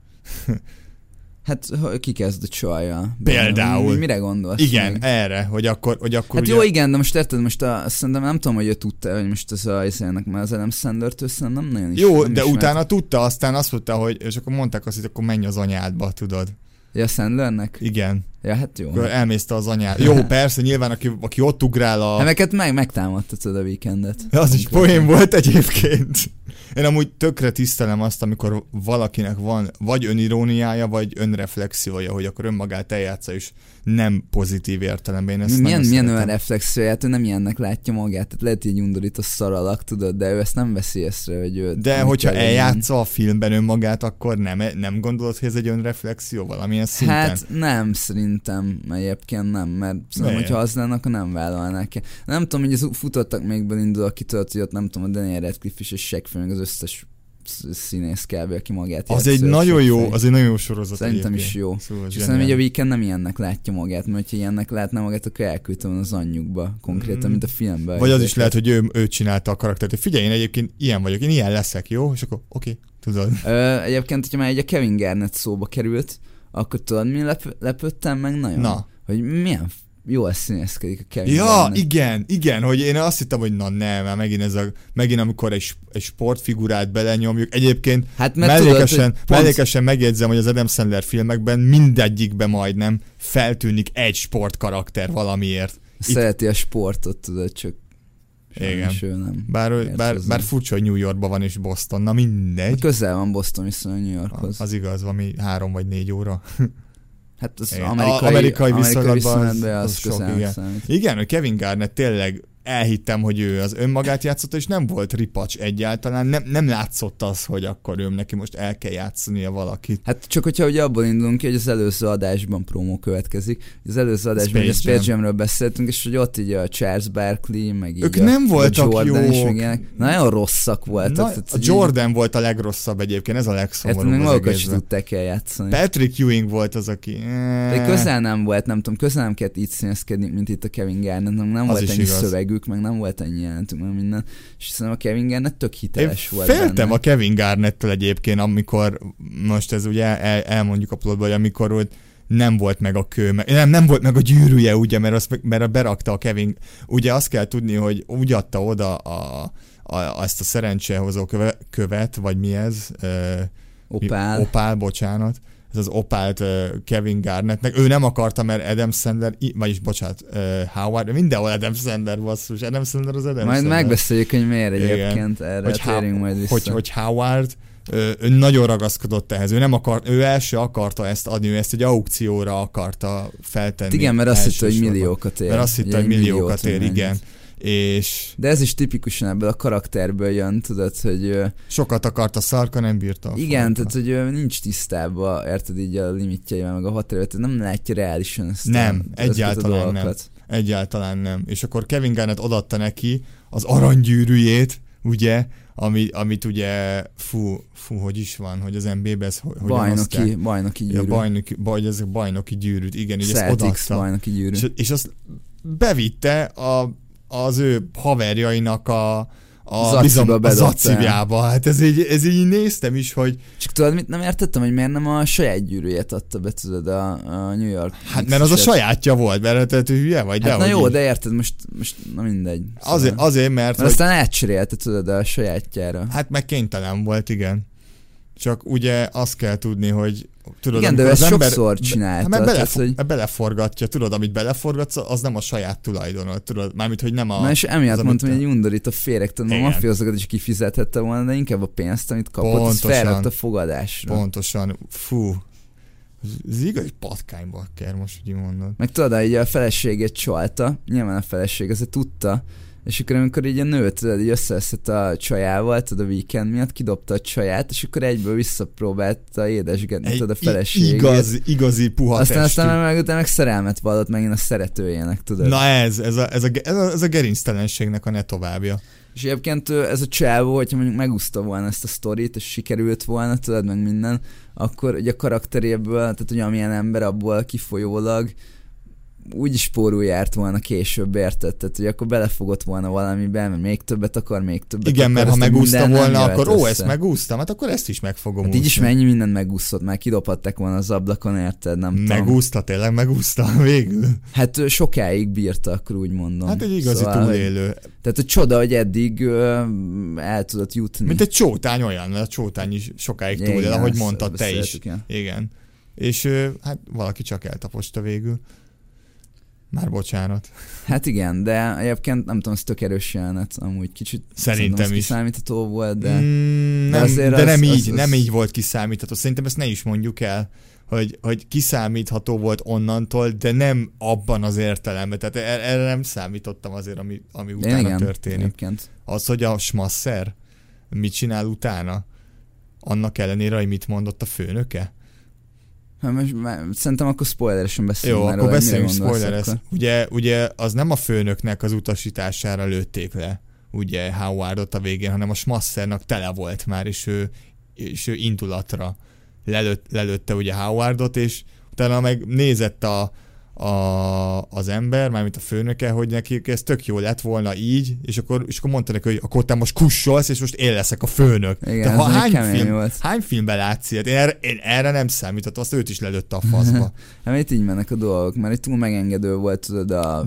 Hát ki kezd a csajjal? Például. Mire gondolsz? Igen, még? Erre, hogy akkor hát ugye... jó, igen, de most érted, most szerintem nem tudom, hogy ő tudta, hogy most ez ennek már az Adam Sandler-től szerintem nem nagyon is. Jó, de utána tudta, aztán azt mondta, hogy, és akkor mondták azt, hogy akkor menj az anyádba, tudod. Ja, Sandlernek? Igen. Ja, hát jó. Akkor elmészte az anyád. Jó, persze, nyilván, aki ott ugrál a... Neked megtámadtad a Weekendet. Az is poén volt egyébként. Én amúgy tökre tisztelem azt, amikor valakinek van vagy öniróniája, vagy önreflexiója, hogy akkor önmagát eljátsza, és nem pozitív értelemben. Milyen önreflexióját? Ő nem ilyennek látja magát. Tehát lehet így undorító szaralak, tudod, de ő ezt nem veszi észre, hogy ő... De hogyha eljátsza a filmben önmagát, akkor nem gondolod, hogy ez egy önreflexió valamilyen szinten? Hát nem, szerintem egyébként nem, mert szerintem, hogyha az lenne, akkor nem vállalnák el. Nem tudom, hogy az futottak még belindul, akitől, hogy ott nem tudom, a Daniel Radcliffe is, és Shaq az összes színész kb. Aki magát az egy nagyon jó sorozat. Szerintem is jó. Szóval és szerintem így a Weeknd nem ilyennek látja magát, mert ha ilyennek látná magát, akkor elküldtem az anyjukba konkrétan, mint a filmben. Vagy az is lehet, hogy ő csinálta a karaktert. Figyelj, én egyébként ilyen vagyok, én ilyen leszek, jó? És akkor oké, tudod. Egyébként, hogyha már egy a Kevin Garnett szóba került, akkor tudod, mi lepődtem meg nagyon? Na. Hogy milyen jól színészkedik a Kevin Garnett. Igen, hogy én azt hittem, hogy már megint amikor egy sportfigurát belenyomjuk. Egyébként hát mellékesen megjegyzem, hogy az Adam Sandler filmekben mindegyikben majdnem feltűnik egy sportkarakter valamiért. Szereti a sportot, tudod, csak igen. Nem. Bár furcsa, hogy New Yorkban van és Boston, na mindegy. Közel van Boston viszont New Yorkhoz. Az igaz, valami 3 vagy 4 óra. Hát az amerikai viszonylatban az sok, igen, hogy Kevin Garnett tényleg elhittem, hogy ő az önmagát játszotta, és nem volt ripacs egyáltalán, nem látszott az, hogy akkor ő neki most el kell játszania valakit. Hát csak hogyha ugye abból indulunk ki, hogy az előző adásban promó következik. Az előző adásban a Space Jamről beszéltünk, és hogy ott így a Charles Barkley, meg így ők nem voltak Jordan jók. Is, meg nagyon rosszak voltak. A Jordan volt a legrosszabb egyébként, ez a legszomorúbb. Hát még magukat sem tudták eljátszani. Patrick Ewing volt az, aki... De közel nem volt, nem tudom, közel nem kellett így színészkedni, mint itt a Kevin Garnett, nem volt ennyi szövegük, meg nem volt ennyi jelentünk, meg minden. És szerintem a Kevin Garnett tök hiteles volt benne. Féltem a Kevin Garnettől egyébként, amikor, most ez ugye elmondjuk a plotba, hogy amikor ott nem volt meg a kő, nem volt meg a gyűrűje, ugye, mert berakta a Kevin, ugye azt kell tudni, hogy úgy adta oda ezt a szerencsehozó követ, vagy mi ez? Opál, bocsánat. Ez az opált Kevin Garnettnek. Ő nem akarta, mert Adam Sandler, Howard, mindenhol Adam Sandler Adam Sandler az Adam majd Sandler. Megbeszéljük, hogy miért egyébként, erre térjünk majd vissza. Hogy Howard ő nagyon ragaszkodott ehhez. Ő el se akarta ezt adni, ő ezt egy aukcióra akarta feltenni. Igen, mert azt hitte, hogy milliókat ér. Mert azt hitte, hogy milliókat ér, igen. De ez is tipikusan ebből a karakterből jön, tudod, hogy... Sokat akart a szarka, nem bírta. Igen, tehát hogy nincs tisztában, érted így a limitjeivel, meg a határőt, nem látja reálisan ezt. Nem, egyáltalán nem. Egyáltalán nem. És akkor Kevin Garnett odaadta neki az aranygyűrűjét, ugye, amit ugye, hogy is van, hogy az NBA-ben ez bajnoki gyűrű. Ez bajnoki gyűrűt, igen, így ezt odaadta. Bajnoki gyűrű. És azt bevitte az ő haverjainak a zacibjába. Hát ez így néztem is, hogy... Csak tudod, mit nem értettem, hogy miért nem a saját gyűrűjét adta be, tudod, a New York. Hát mert az a sajátja volt, mert ő hülye vagy? Hát na jó, de érted, most na mindegy. Szóval. Azért, mert aztán átcserélte, tudod, a sajátjára. Hát meg kénytelen volt, igen. Csak ugye azt kell tudni, hogy tudod, igen, de ezt sokszor csinálta. Beleforgatja, tudod, amit beleforgatsz, az nem a saját tulajdonod, tudod, mármint, hogy nem a... És emiatt mondtam, hogy egy undorít a féreg, tudom, a mafiózokat is kifizethette volna, de inkább a pénzt, amit kapott, az felrakta a fogadásra. Pontosan, ez igazi patkányba kell, most úgy mondod. Meg tudod, így a feleségét csalta, nyilván a feleség azért tudta, és akkor amikor így a nő, tudod, így összeveszett a csajával, tudod, a weekend miatt, kidobta a csaját, és akkor egyből visszapróbálta édesgetni, tudod, a feleségét. Igazi puha Aztán meg szerelmet vallott megint a szeretőjének, tudod. Na ez a gerinctelenségnek a ne továbbja. És egyébként ez a csávó, hogyha mondjuk megúszta volna ezt a sztorit, és sikerült volna, tudod, meg minden, akkor ugye a karakteréből, tehát ugye amilyen ember abból kifolyólag úgy is spórul járt volna később, érted? Tehát, hogy akkor belefogott volna valamiben, mert még többet akar, még többet igen, akar. Mert ha megúszta volna, akkor ezt megúsztam, hát akkor ezt is meg fogom úszni. Így is mennyi mindent megúszott, már kidobhatták volna az ablakon, érted? Nem megúszta, tényleg megúszta végül. Hát sokáig bírta, akkor úgy mondom. Hát egy igazi túlélő. Tehát a csoda, hogy eddig el tudott jutni. Mint egy csótány olyan, mert a csótány is sokáig túlél, ahogy mondtad te is. Igen. És hát valaki csak eltaposta végül. Már bocsánat. Hát igen, de egyébként nem tudom, ez tök erős jelenet, amúgy kicsit szerintem is kiszámítható volt, de... Nem így volt kiszámítható. Szerintem ezt ne is mondjuk el, hogy kiszámítható volt onnantól, de nem abban az értelemben. Tehát erre nem számítottam azért, ami utána történik. Egyébként. Az, hogy a Schmasser mit csinál utána? Annak ellenére, hogy mit mondott a főnöke? Szerintem akkor spoileresen beszélünk. Jó, akkor beszéljünk spoileres. Ugye az nem a főnöknek az utasítására lőtték le, ugye Howardot a végén, hanem a Schmassernak tele volt már, és ő indulatra lelőtte ugye Howardot, és utána meg nézett az ember, mármint a főnöke, hogy neki ez tök jó lett volna így, és akkor mondta neki, hogy akkor te most kussolsz, és most én leszek a főnök. Igen, hány filmben látsz ilyet? Én erre nem számítottam, azt őt is lelőtte a faszba. Hát itt így mennek a dolgok, mert itt túl megengedő volt, tudod, a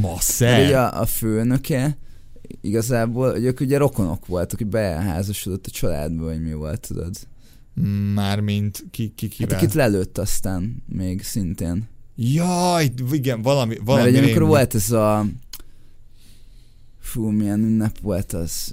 főnöke, igazából, hogy ők ugye rokonok voltak, hogy beházasodott a családba, vagy mi volt, tudod. Mármint kivel? Hát akit lelőtt aztán még szintén. Jaj, igen, valami mert egy amikor volt ez a... milyen ünnep volt az...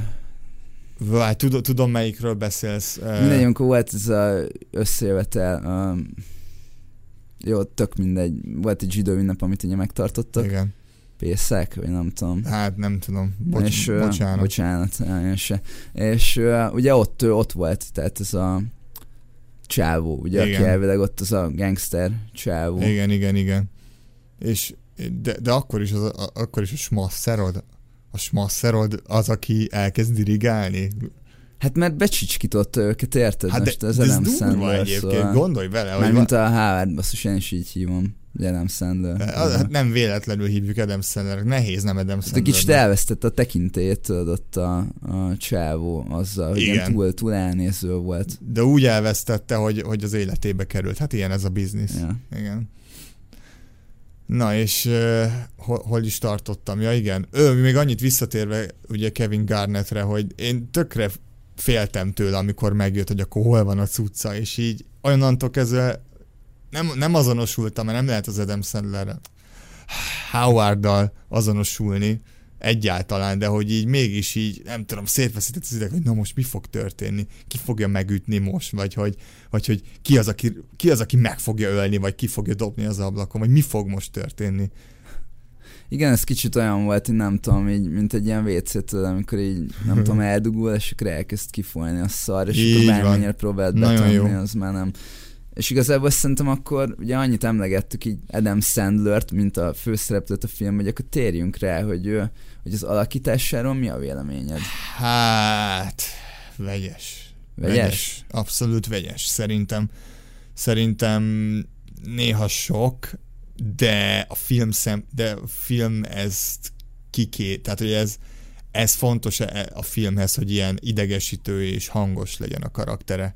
Tudom, melyikről beszélsz. Mindegy, amikor volt ez az összejövetel... Jó, tök mindegy. Volt egy zsidó ünnep, amit ugye megtartottak. Igen. Pészek, vagy nem tudom. Hát nem tudom. Bocsánat. És ugye ott volt, tehát ez a... csávó, ugye, aki elvileg ott az a gangster csávó. Igen. És de akkor is a Schmasserod az, aki elkezd dirigálni. Hát mert becsicskította őket, érted? Hát most ez durva egyébként, szóval... gondolj vele. Hogy mint a Howard, basszus, én is így hívom. Adam Sandler. Hát nem véletlenül hívjuk Adam Sandler, nehéz nem Adam Sandler. Kicsit elvesztette a tekintélyét, tudod, ott a csávó azzal, hogy ilyen túl elnéző volt. De úgy elvesztette, hogy az életébe került. Hát ilyen ez a biznisz. Ja. Igen. Na és hol is tartottam? Ja igen. Még annyit visszatérve ugye Kevin Garnettre, hogy én tökre féltem tőle, amikor megjött, hogy akkor hol van a cucca, és így onnantól kezdve nem azonosultam, mert nem lehet az Adam Sandler Howarddal azonosulni, egyáltalán, de hogy így mégis így, nem tudom, szétveszített az ideg, hogy na most mi fog történni, ki fogja megütni most, vagy hogy ki az, aki meg fogja ölni, vagy ki fogja dobni az ablakon, vagy mi fog most történni. Igen, ez kicsit olyan volt, hogy nem tudom, így, mint egy ilyen WC-től, amikor így, nem tudom, eldugul, és akkor elkezd kifolyni a szar, és akkor bármennyire próbált betenni, az már nem. És igazából szerintem akkor ugye annyit emlegettük így Adam Sandlert, mint a főszereplőt a filmben, hogy akkor térjünk rá, hogy az alakításáról mi a véleményed? Hát, vegyes. Abszolút vegyes. Szerintem néha sok, de a film ezt tehát hogy ez fontos a filmhez, hogy ilyen idegesítő és hangos legyen a karaktere.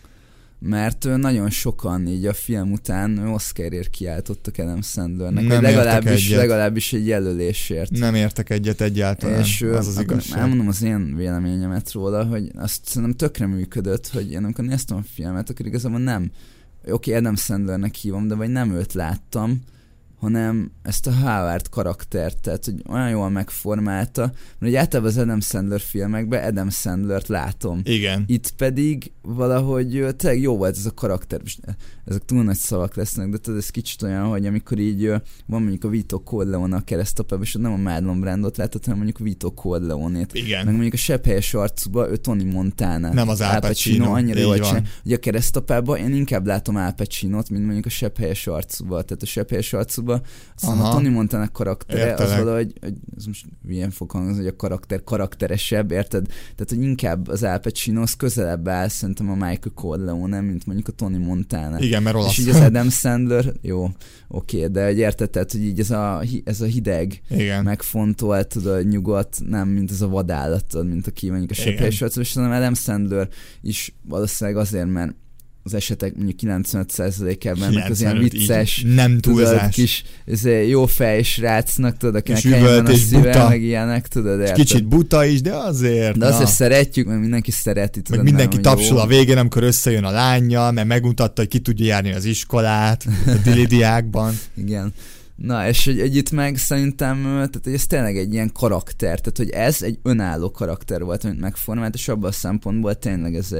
Mert nagyon sokan így a film után Oscarért kiáltottak Adam Sandlernek, nem legalábbis egy jelölésért. Nem értek egyet egyáltalán, és az igazság. Elmondom az én véleményemet róla, hogy azt szerintem tökre működött, hogy én amikor néztem a filmet, akkor igazából nem, oké, Adam Sandlernek hívom, de vagy nem őt láttam, hanem ezt a Howard karaktert, tehát hogy olyan jól megformálta, mert hogy általában az Adam Sandler filmekben Adam Sandlert látom. Igen. Itt pedig valahogy tényleg jó volt ez a karakter, ezek túl nagy szavak lesznek, de tudod, ez kicsit olyan, hogy amikor így van mondjuk a Vito Corleone a keresztapában, és nem a Marlon Brandot látod, hanem mondjuk Vito Corleone-ét. Igen. Meg mondjuk a sebhelyes arcúba ő Tony Montana. Nem az Al Pacino. Annyira jól csinál. Ugye a keresztapában én inkább látom Al Pacinót, mint mondjuk a sebhelyes arcúba. Tehát a sebhelyes arcúba aztán a Tony Montana karaktere, az valahogy, ez most milyen fog hangzni, hogy a karakter karakteresebb, érted? Tehát, hogy inkább az Al Pacinohoz közelebb áll szerintem a Michael Corleone, mint mondjuk a Tony Montana. Igen, mert olasz. És így az Adam Sandler, jó, oké, de hogy érted, tehát, hogy így ez a hideg, igen, megfontolt, tudod, nyugodt, nem mint ez a vadállat, mint aki mondjuk a sebhelyes arcúba, és szerintem Adam Sandler is valószínűleg azért, mert az esetek mondjuk 95%-ában mennek az ilyen vicces, nem túlzás, kis jó fej srácnak, tudod, akinek helyen van a szíve, meg ilyenek, tudod, érted? Kicsit buta is, de azért. De azért szeretjük, mert mindenki szereti. Tudod, meg mindenki tapsol a végén, amikor összejön a lányjal, mert megmutatta, hogy ki tudja járni az iskolát, a dilidiákban. Igen. Na, és hogy itt meg szerintem, tehát hogy ez tényleg egy ilyen karakter, tehát hogy ez egy önálló karakter volt, amit megformált, és abban a szempontból tényleg ez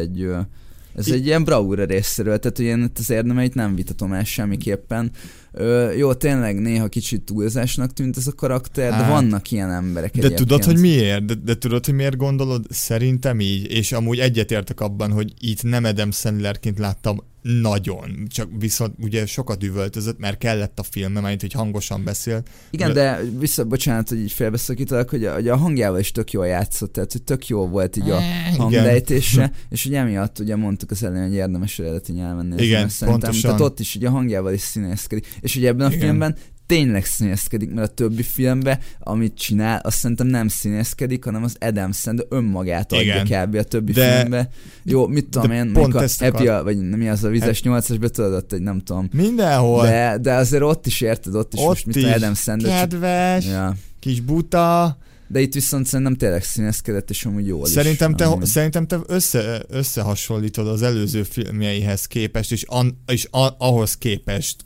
egy ilyen bravúra részéről, tehát hogy én az érdemeit nem vitatom el semmiképpen. Jó, tényleg néha kicsit túlzásnak tűnt ez a karakter, de vannak ilyen emberek de egyébként. Tudod, hogy miért? De tudod, hogy miért gondolod? Szerintem így, és amúgy egyetértek abban, hogy itt nem Adam Sandlerként láttam nagyon, csak viszont ugye sokat üvöltözött, mert kellett a filmbe, mert hogy hangosan beszélt. Igen, de bocsánat, hogy így félbeszakítalak, hogy a hangjával is tök jól játszott, tehát hogy tök jó volt így a hanglejtése, és ugye emiatt ugye mondtuk az elején, hogy érdemes eredeti nyelven nézni. Igen, pontosan. Tehát ott is ugye a hangjával is színészkedik. És ugye ebben a filmben tényleg színészkedik, mert a többi filmben, amit csinál, azt szerintem nem színészkedik, hanem az Adam Sandler önmagát adja kb. A többi filmben. Jó, mit tudom én, mondjuk a Happy, vagy mi az a vizes 8-as betöltött, egy nem tudom. Mindenhol. De azért ott is érted, ott is most mit Adam Sandler. Kedves, kis buta. De itt viszont szerintem tényleg színészkedett, és amúgy jól Szerintem te összehasonlítod az előző filmjeihez képest, és ahhoz képest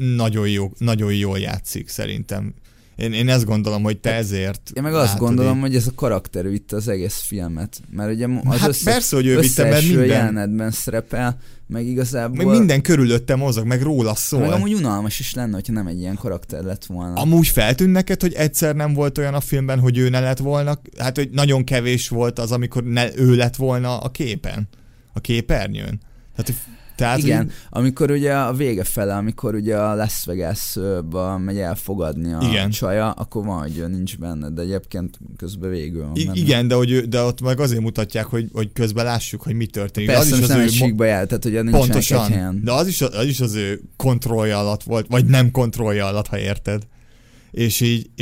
nagyon jól játszik szerintem. Én ezt gondolom, hogy te ezért én meg azt gondolom, hogy ez a karakter vitte az egész filmet. Mert ugye az persze, hogy ő vitte, mert minden jelenetben szerepel, meg igazából... Meg minden körülötte mozog, meg róla szól. Meg amúgy unalmas is lenne, hogyha nem egy ilyen karakter lett volna. Amúgy feltűnt neked, hogy egyszer nem volt olyan a filmben, hogy ő ne lett volna? Hát, hogy nagyon kevés volt az, amikor ő lett volna a képen, a képernyőn. Tehát, igen, amikor ugye a vége fele, amikor ugye a Las Vegas-ba megy elfogadni a csaja, akkor van, hogy nincs benne, de egyébként közben végül van benne. Igen, de ott meg azért mutatják, hogy közben lássuk, hogy mi történik. Persze, az is nem egy síkba jár, tehát ugye nincsenek egy helyen. De az is az ő kontrollja alatt volt, vagy nem kontrollja alatt, ha érted. És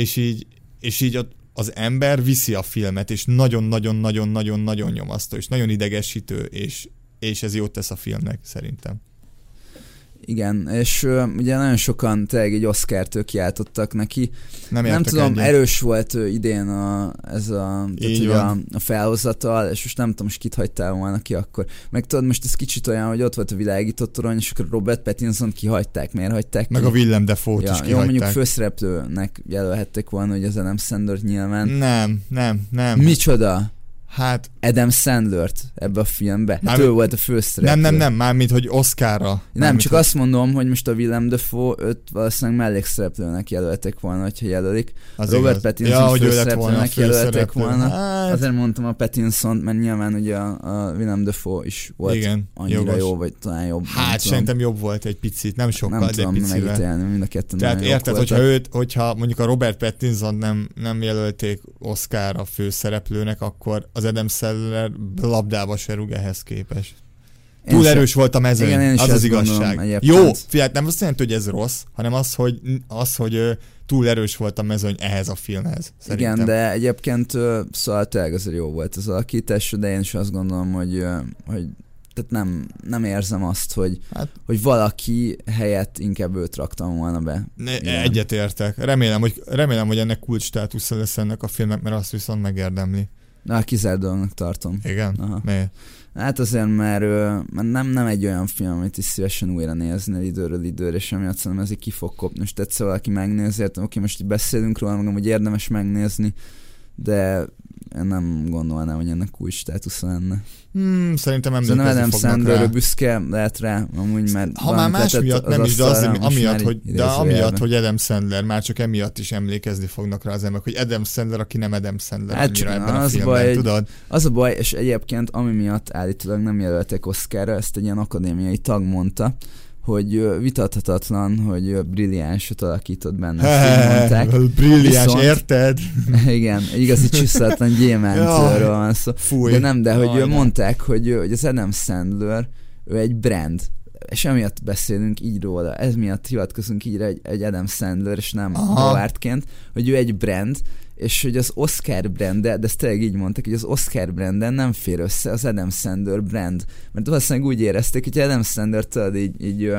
így ott az ember viszi a filmet, és nagyon-nagyon-nagyon-nagyon-nagyon nyomasztó, és nagyon idegesítő, és ez jót tesz a filmnek, szerintem. Igen, és ugye nagyon sokan tényleg egy Oscar-től kiáltottak neki. Nem tudom, egyet. erős volt idén a felhozatal, és most nem tudom, most kit hagytál volna ki akkor. Meg tudod, most ez kicsit olyan, hogy ott volt a világított torony, és akkor Robert Pattinson kihagyták. Miért hagyták ki? Meg a Willem Dafoe-t is kihagyták. Jó, mondjuk főszereplőnek jelölhették volna, hogy az Adam Sandler-t nyilván. Nem. Micsoda? Hát... Adam Sandlert ebbe a filmbe. Hát ő volt a főszereplő. Nem, mármint, hogy Oscarra. Nem, csak azt mondom, hogy most a Willem Dafoe őt valószínűleg mellékszereplőnek jelölték volna, hogyha jelölik. Robert Pattinson főszereplőnek jelölték volna. Hát... Azért mondtam a Pattinson-t, mert nyilván ugye a Willem Dafoe is volt annyira jó, vagy talán jobb. Hát szerintem jobb volt egy picit, nem sokkal, de picivel. Nem tudom megítélni, mind a ketten. Tehát érted, hogyha mondjuk a Robert Pattinson nem jelölték Oscarra főszereplőnek, akkor az Adam Sandler labdába se rúg ehhez képest. Túl erős volt a mezőny, igen, az az igazság. Jó, figyelj, nem azt jelenti, hogy ez rossz, hanem az, hogy túl erős volt a mezőny ehhez a filmhez. Szerintem. Igen, de egyébként szóval tényleg azért jó volt az alakítás, de én is azt gondolom, hogy tehát nem érzem azt, hogy valaki helyett inkább őt raktam volna be. Egyetértek. Remélem, hogy ennek kulcs státusza lesz ennek a filmnek, mert azt viszont megérdemli. Kizárt dolognak tartom. Igen? Aha. Miért? Hát azért, mert nem egy olyan film, amit is szívesen újra nézni időről időre, és emiatt szerintem ezért ki fog kopni. Most egyszer valaki megnézi, oké, most így beszélünk róla, magam, hogy érdemes megnézni, de én nem gondolnám, hogy ennek új státusza lenne. Szerintem emlékezni Adam fognak Sandler büszke lehet rá, amúgy, mert ha már más miatt nem is, de amiatt, hogy Adam Sandler, már csak emiatt is emlékezni fognak rá az emberek, hogy Adam Sandler, aki nem Adam Sandler hát annyira ebben a filmben, tudod? Az a baj, és egyébként ami miatt állítólag nem jelöltek Oscarra, ezt egy ilyen akadémiai tag mondta, hogy vitathatatlan, hogy brilliánsot alakított benne. Mondták. Brilliáns, érted? Igen, igazi csiszatlan gyémántról van szó. Fúj. De hogy mondták, hogy az Adam Sandler, ő egy brand. És emiatt beszélünk így róla, ez miatt hivatkozunk így egy Adam Sandler, és nem Howardként, hogy ő egy brand, és hogy az Oscar brand, de ezt tényleg így mondták, hogy az Oscar branden nem fér össze az Adam Sandler brand. Mert valószínűleg úgy érezték, hogy Adam Sandler tudod így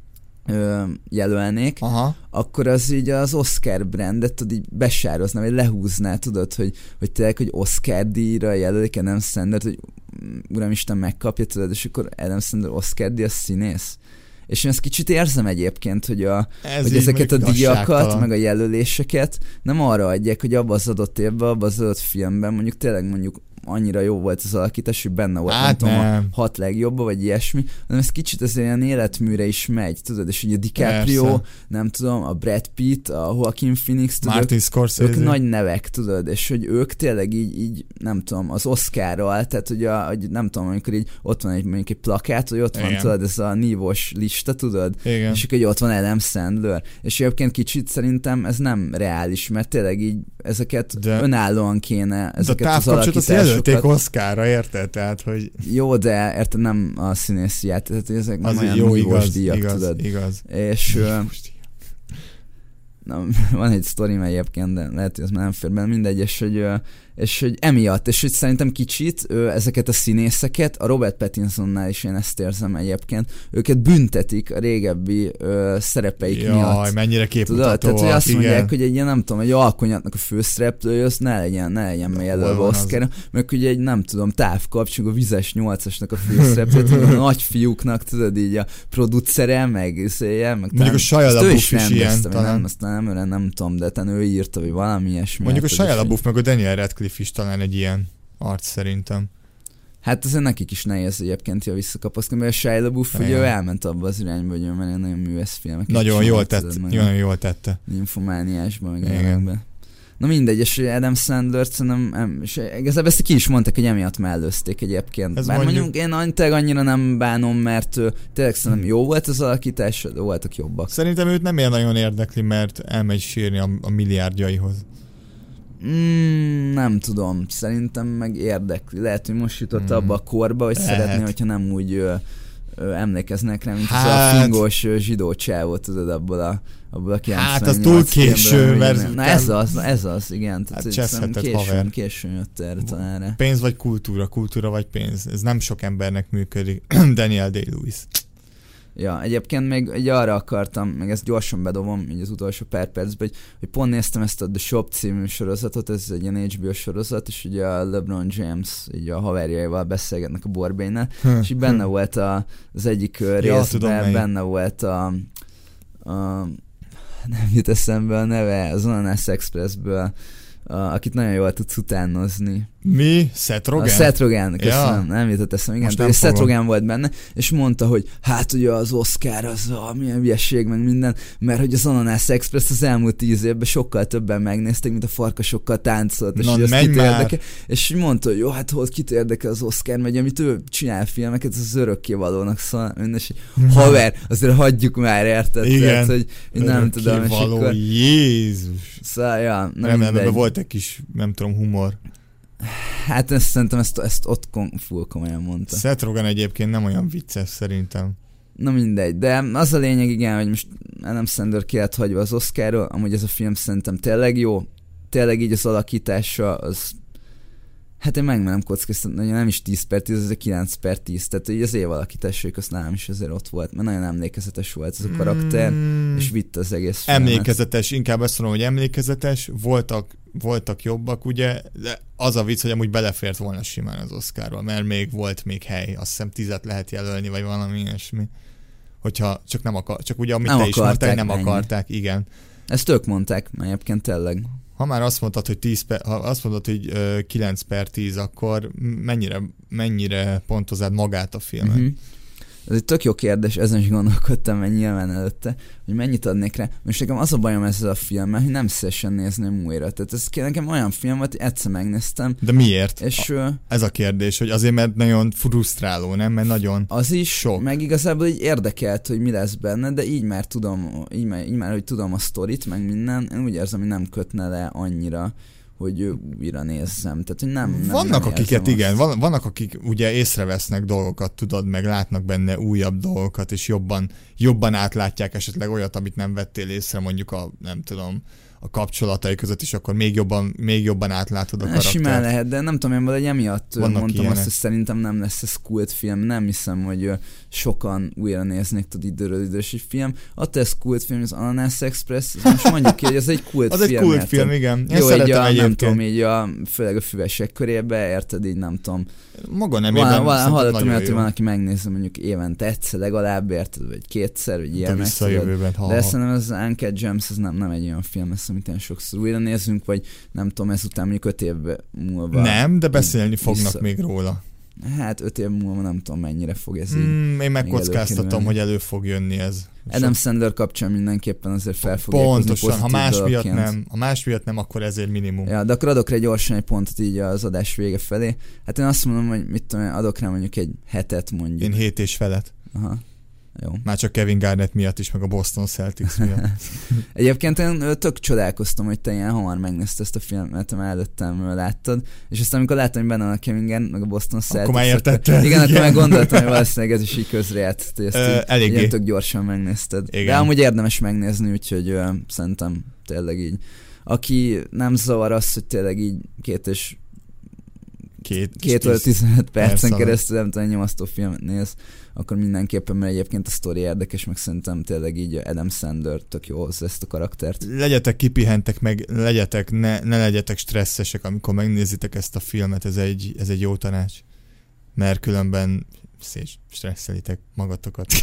jelölnék, akkor az így az Oscar brandet tudod így besározná, vagy lehúzná, tudod, hogy tényleg, hogy Oscar díjra jelölik Adam Sandlert, hogy uramisten megkapja, tudod, és akkor Adam Sandler Oscar díj, az színész. És én ezt kicsit érzem egyébként, hogy ezeket a díjakat, meg a jelöléseket nem arra adják, hogy abban az adott évben, abban az adott filmben, mondjuk annyira jó volt az alakítás, hogy benne volt, hát nem. 6 legjobban, vagy ilyesmi, hanem ez kicsit ez ilyen életműre is megy, tudod, és ugye DiCaprio, persze. Nem tudom, a Brad Pitt, a Joaquin Phoenix, tudod, Martin Scorsese. Ők nagy nevek, tudod, és hogy ők tényleg így nem tudom, az Oscarral, tehát hogy nem tudom, amikor így ott van mondjuk egy plakát, hogy ott van, tudod, ez a nívós lista, tudod, igen. És akkor ott van Adam Sandler, és egyébként kicsit szerintem ez nem reális, mert tényleg így ezeket önállóan kéne, ezeket az alakításokat. Jelölték Oscarra, érted? Tehát, hogy... Jó, de érted, nem a színészi játék, tehát ezek nem olyan nívós díjak, tudod. Igaz. És van egy sztorim egyébként, de lehet, hogy az már nem fér benne, mindegy, és hogy emiatt, és hogy szerintem kicsit ezeket a színészeket, a Robert Pattinsonnál is én ezt érzem egyébként, őket büntetik a régebbi szerepeik miatt. Jaj, mennyire képmutatóak. Tehát, hogy azt mondják, hogy egy ilyen, nem tudom, egy alkonyatnak a főszereplője, az ne legyen jelölve Oscarra, meg ugye egy, nem tudom, távkapcsoló, a Vizes 8-asnak a főszereplője, a nagyfiúknak, tudod, így a producere, meg mondjuk a Shia LaBeouf is ilyen, talán. Nem tudom, de ő írta, vagy valami ilyesmi. Mondjuk a Shia LaBeouf meg a Daniel Radcliffe is talán egy ilyen arc szerintem. Hát azért nekik is nehéz egyébként visszakapaszkodni, mert a Shia LaBeouf ugye ő elment abba az irányba, hogy ő menjen nagyon művész filmek. Nagyon jól tette. Nymphomániásban, meg ilyenekben. Na mindegy, és Adam Sandler-t szerintem, és igazából ezt ki is mondták, hogy emiatt mellőzték egyébként. Bár mondjuk én annyira nem bánom, mert tényleg szerintem jó volt az alakítás, de voltak jobbak. Szerintem őt nem ilyen nagyon érdekli, mert elmegy sírni a milliárdjaihoz. Nem tudom, szerintem meg érdekli. Lehet, hogy most jutott abba a korba, hogy szeretné, hogyha nem úgy emlékeznek rá, mint az a fingós zsidó csávó, tudod, abból a 98. Hát az túl késő, mert... Na ez az, igen. Hát cseszheted, későn jött erre talán. Pénz vagy kultúra vagy pénz. Ez nem sok embernek működik. Daniel Day-Lewis. Ja, egyébként még egy arra akartam, meg ezt gyorsan bedobom, így az utolsó pár percben, hogy pont néztem ezt a The Shop című sorozatot, ez egy ilyen HBO sorozat, és ugye a LeBron James így a haverjaival beszélgetnek a borbénnel, és így benne volt az egyik részben, benne volt a nem jut eszembe a neve, az Ananas Expressből, akit nagyon jól tudsz utánozni. Mi? Seth Rogen? A Seth Rogen, köszönöm, nem jutott eszembe, igen. De Seth Rogen volt benne, és mondta, hogy hát ugye az Oscar az milyen hülyeség, meg minden, mert hogy az Ananas Express az elmúlt 10 évben sokkal többen megnézték, mint a Farkasokkal táncolt, és hogy azt kit érdekel. És mondta, hogy jó, hát hol kit érdekel az Oscar, mert amit ő csinál filmeket, az örökkévalónak szól, mindes, haver, azért hagyjuk már, érted? Igen, tehát, hogy nem tudom, és akkor... Jézus! Szóval, ja, nem volt egy kis, nem tudom, humor. Hát szerintem ezt ott full komolyan mondta. Seth Rogen egyébként nem olyan vicces szerintem. Na mindegy, de az a lényeg, igen, hogy most Adam Sandler ki lett hagyva az Oscarról, amúgy ez a film szerintem tényleg jó, tényleg így az alakítása, az hát én megmerem kockáztatni, nem is 10/10, ez 9/10, tehát így az év alakításaik azt nálam is azért ott volt, mert nagyon emlékezetes volt ez a karakter, és vitt az egész filmet. Emlékezetes, inkább azt mondom, hogy emlékezetes, voltak jobbak, ugye, de az a vicc, hogy amúgy belefért volna simán az Oscarba, mert volt még hely, azt hiszem 10 lehet jelölni, vagy valami ilyesmi. Hogyha csak ugye amit te is mondtál, nem akarták, igen. Ezt ők mondták, egyébként tényleg. Ha már azt mondtad, hogy 9/10, akkor mennyire pontozád magát a filmet? Mm-hmm. Ez egy tök jó kérdés, ezen is gondolkodtam, mert nyilván előtte, hogy mennyit adnék rá. Most nekem az a bajom ezzel a filmmel, hogy nem szívesen nézném újra. Tehát ez nekem olyan film volt, hogy egyszer megnéztem. De miért? És, ez a kérdés, hogy azért, mert nagyon frusztráló, nem? Mert nagyon az is sok. Meg igazából így érdekelt, hogy mi lesz benne, de így már hogy tudom a sztorit, meg minden, én úgy érzem, hogy nem kötne le annyira, hogy újra nézzem. Tehát, hogy nem vannak akiket, igen, vannak akik ugye észrevesznek dolgokat, tudod, meg látnak benne újabb dolgokat, és jobban átlátják esetleg olyat, amit nem vettél észre, mondjuk a kapcsolatai között, és akkor még jobban átlátod a karaktert. Simán lehet, de nem tudom, én valahogy emiatt mondtam ilyenek. Azt, hogy szerintem nem lesz ez kult film, nem hiszem, hogy sokan újra néznék, időről idős film. Attól ez kult film, az Ananas Express, most mondjuk ki, hogy ez egy kult film. Az egy kult film, igen. Én jó, szeretem egyébként. Nem tudom, így főleg a füvesek körébe, érted, így nem tudom. Maga nem értem. Hallottam olyat, hogy van, aki megnézze mondjuk évente egyszer legalább, érted, vagy kétszer, vagy ilyenek. De szerintem az Uncut Gems, ez nem egy olyan film, amit én sokszor újra nézzünk, vagy nem tudom, ezután mondjuk 5 év múlva... Nem, de beszélni fognak még róla. Hát 5 év múlva nem tudom, mennyire fog ez így... Én megkockáztatom, hogy elő fog jönni ez. Adam Sandler kapcsán mindenképpen azért fel fog pontosan, ha más miatt nem, akkor ezért minimum. Ja, de akkor adok rá gyorsan egy pontot így az adás vége felé. Hát én azt mondom, hogy mit tudom, adok rá mondjuk egy 7 mondjuk. Én 7 és felet. Aha. Jó. Már csak Kevin Garnett miatt is, meg a Boston Celtics miatt. Egyébként én tök csodálkoztam, hogy te ilyen hamar megnézted ezt a filmet, mert előttem láttad, és aztán amikor láttam, hogy benne van a Kevin Garnett, meg a Boston Celtics. Akkor már értetted. Igen, akkor már gondoltam, hogy valószínűleg ez is így közrejárt, hogy ezt így tök gyorsan megnézted. Igen. De amúgy érdemes megnézni, úgyhogy szerintem tényleg így. Aki nem zavar az, hogy tényleg így 2 óra 15 percen keresztül nem tudom, nyomasztó filmet néz, akkor mindenképpen, mert egyébként a sztori érdekes, meg szerintem tényleg így Adam Sandler tök jó hozzá ezt a karaktert. Legyetek kipihentek, meg ne legyetek stresszesek, amikor megnézitek ezt a filmet, ez egy jó tanács. Mert különben stresszelitek magatokat.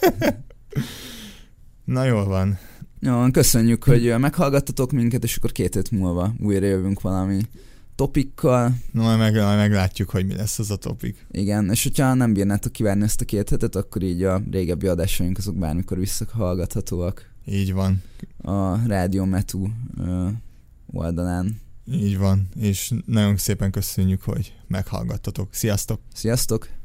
Na jól van. Jó, köszönjük, hogy meghallgattatok minket, és akkor 2 hét múlva újra jövünk valami topikkal. Na, majd meglátjuk, hogy mi lesz az a topik. Igen, és hogyha nem bírnátok kivárni ezt a 2 hetet, akkor így a régebbi adásaink azok bármikor visszahallgathatóak. Így van. A Rádió Metu oldalán. Így van, és nagyon szépen köszönjük, hogy meghallgattatok. Sziasztok! Sziasztok!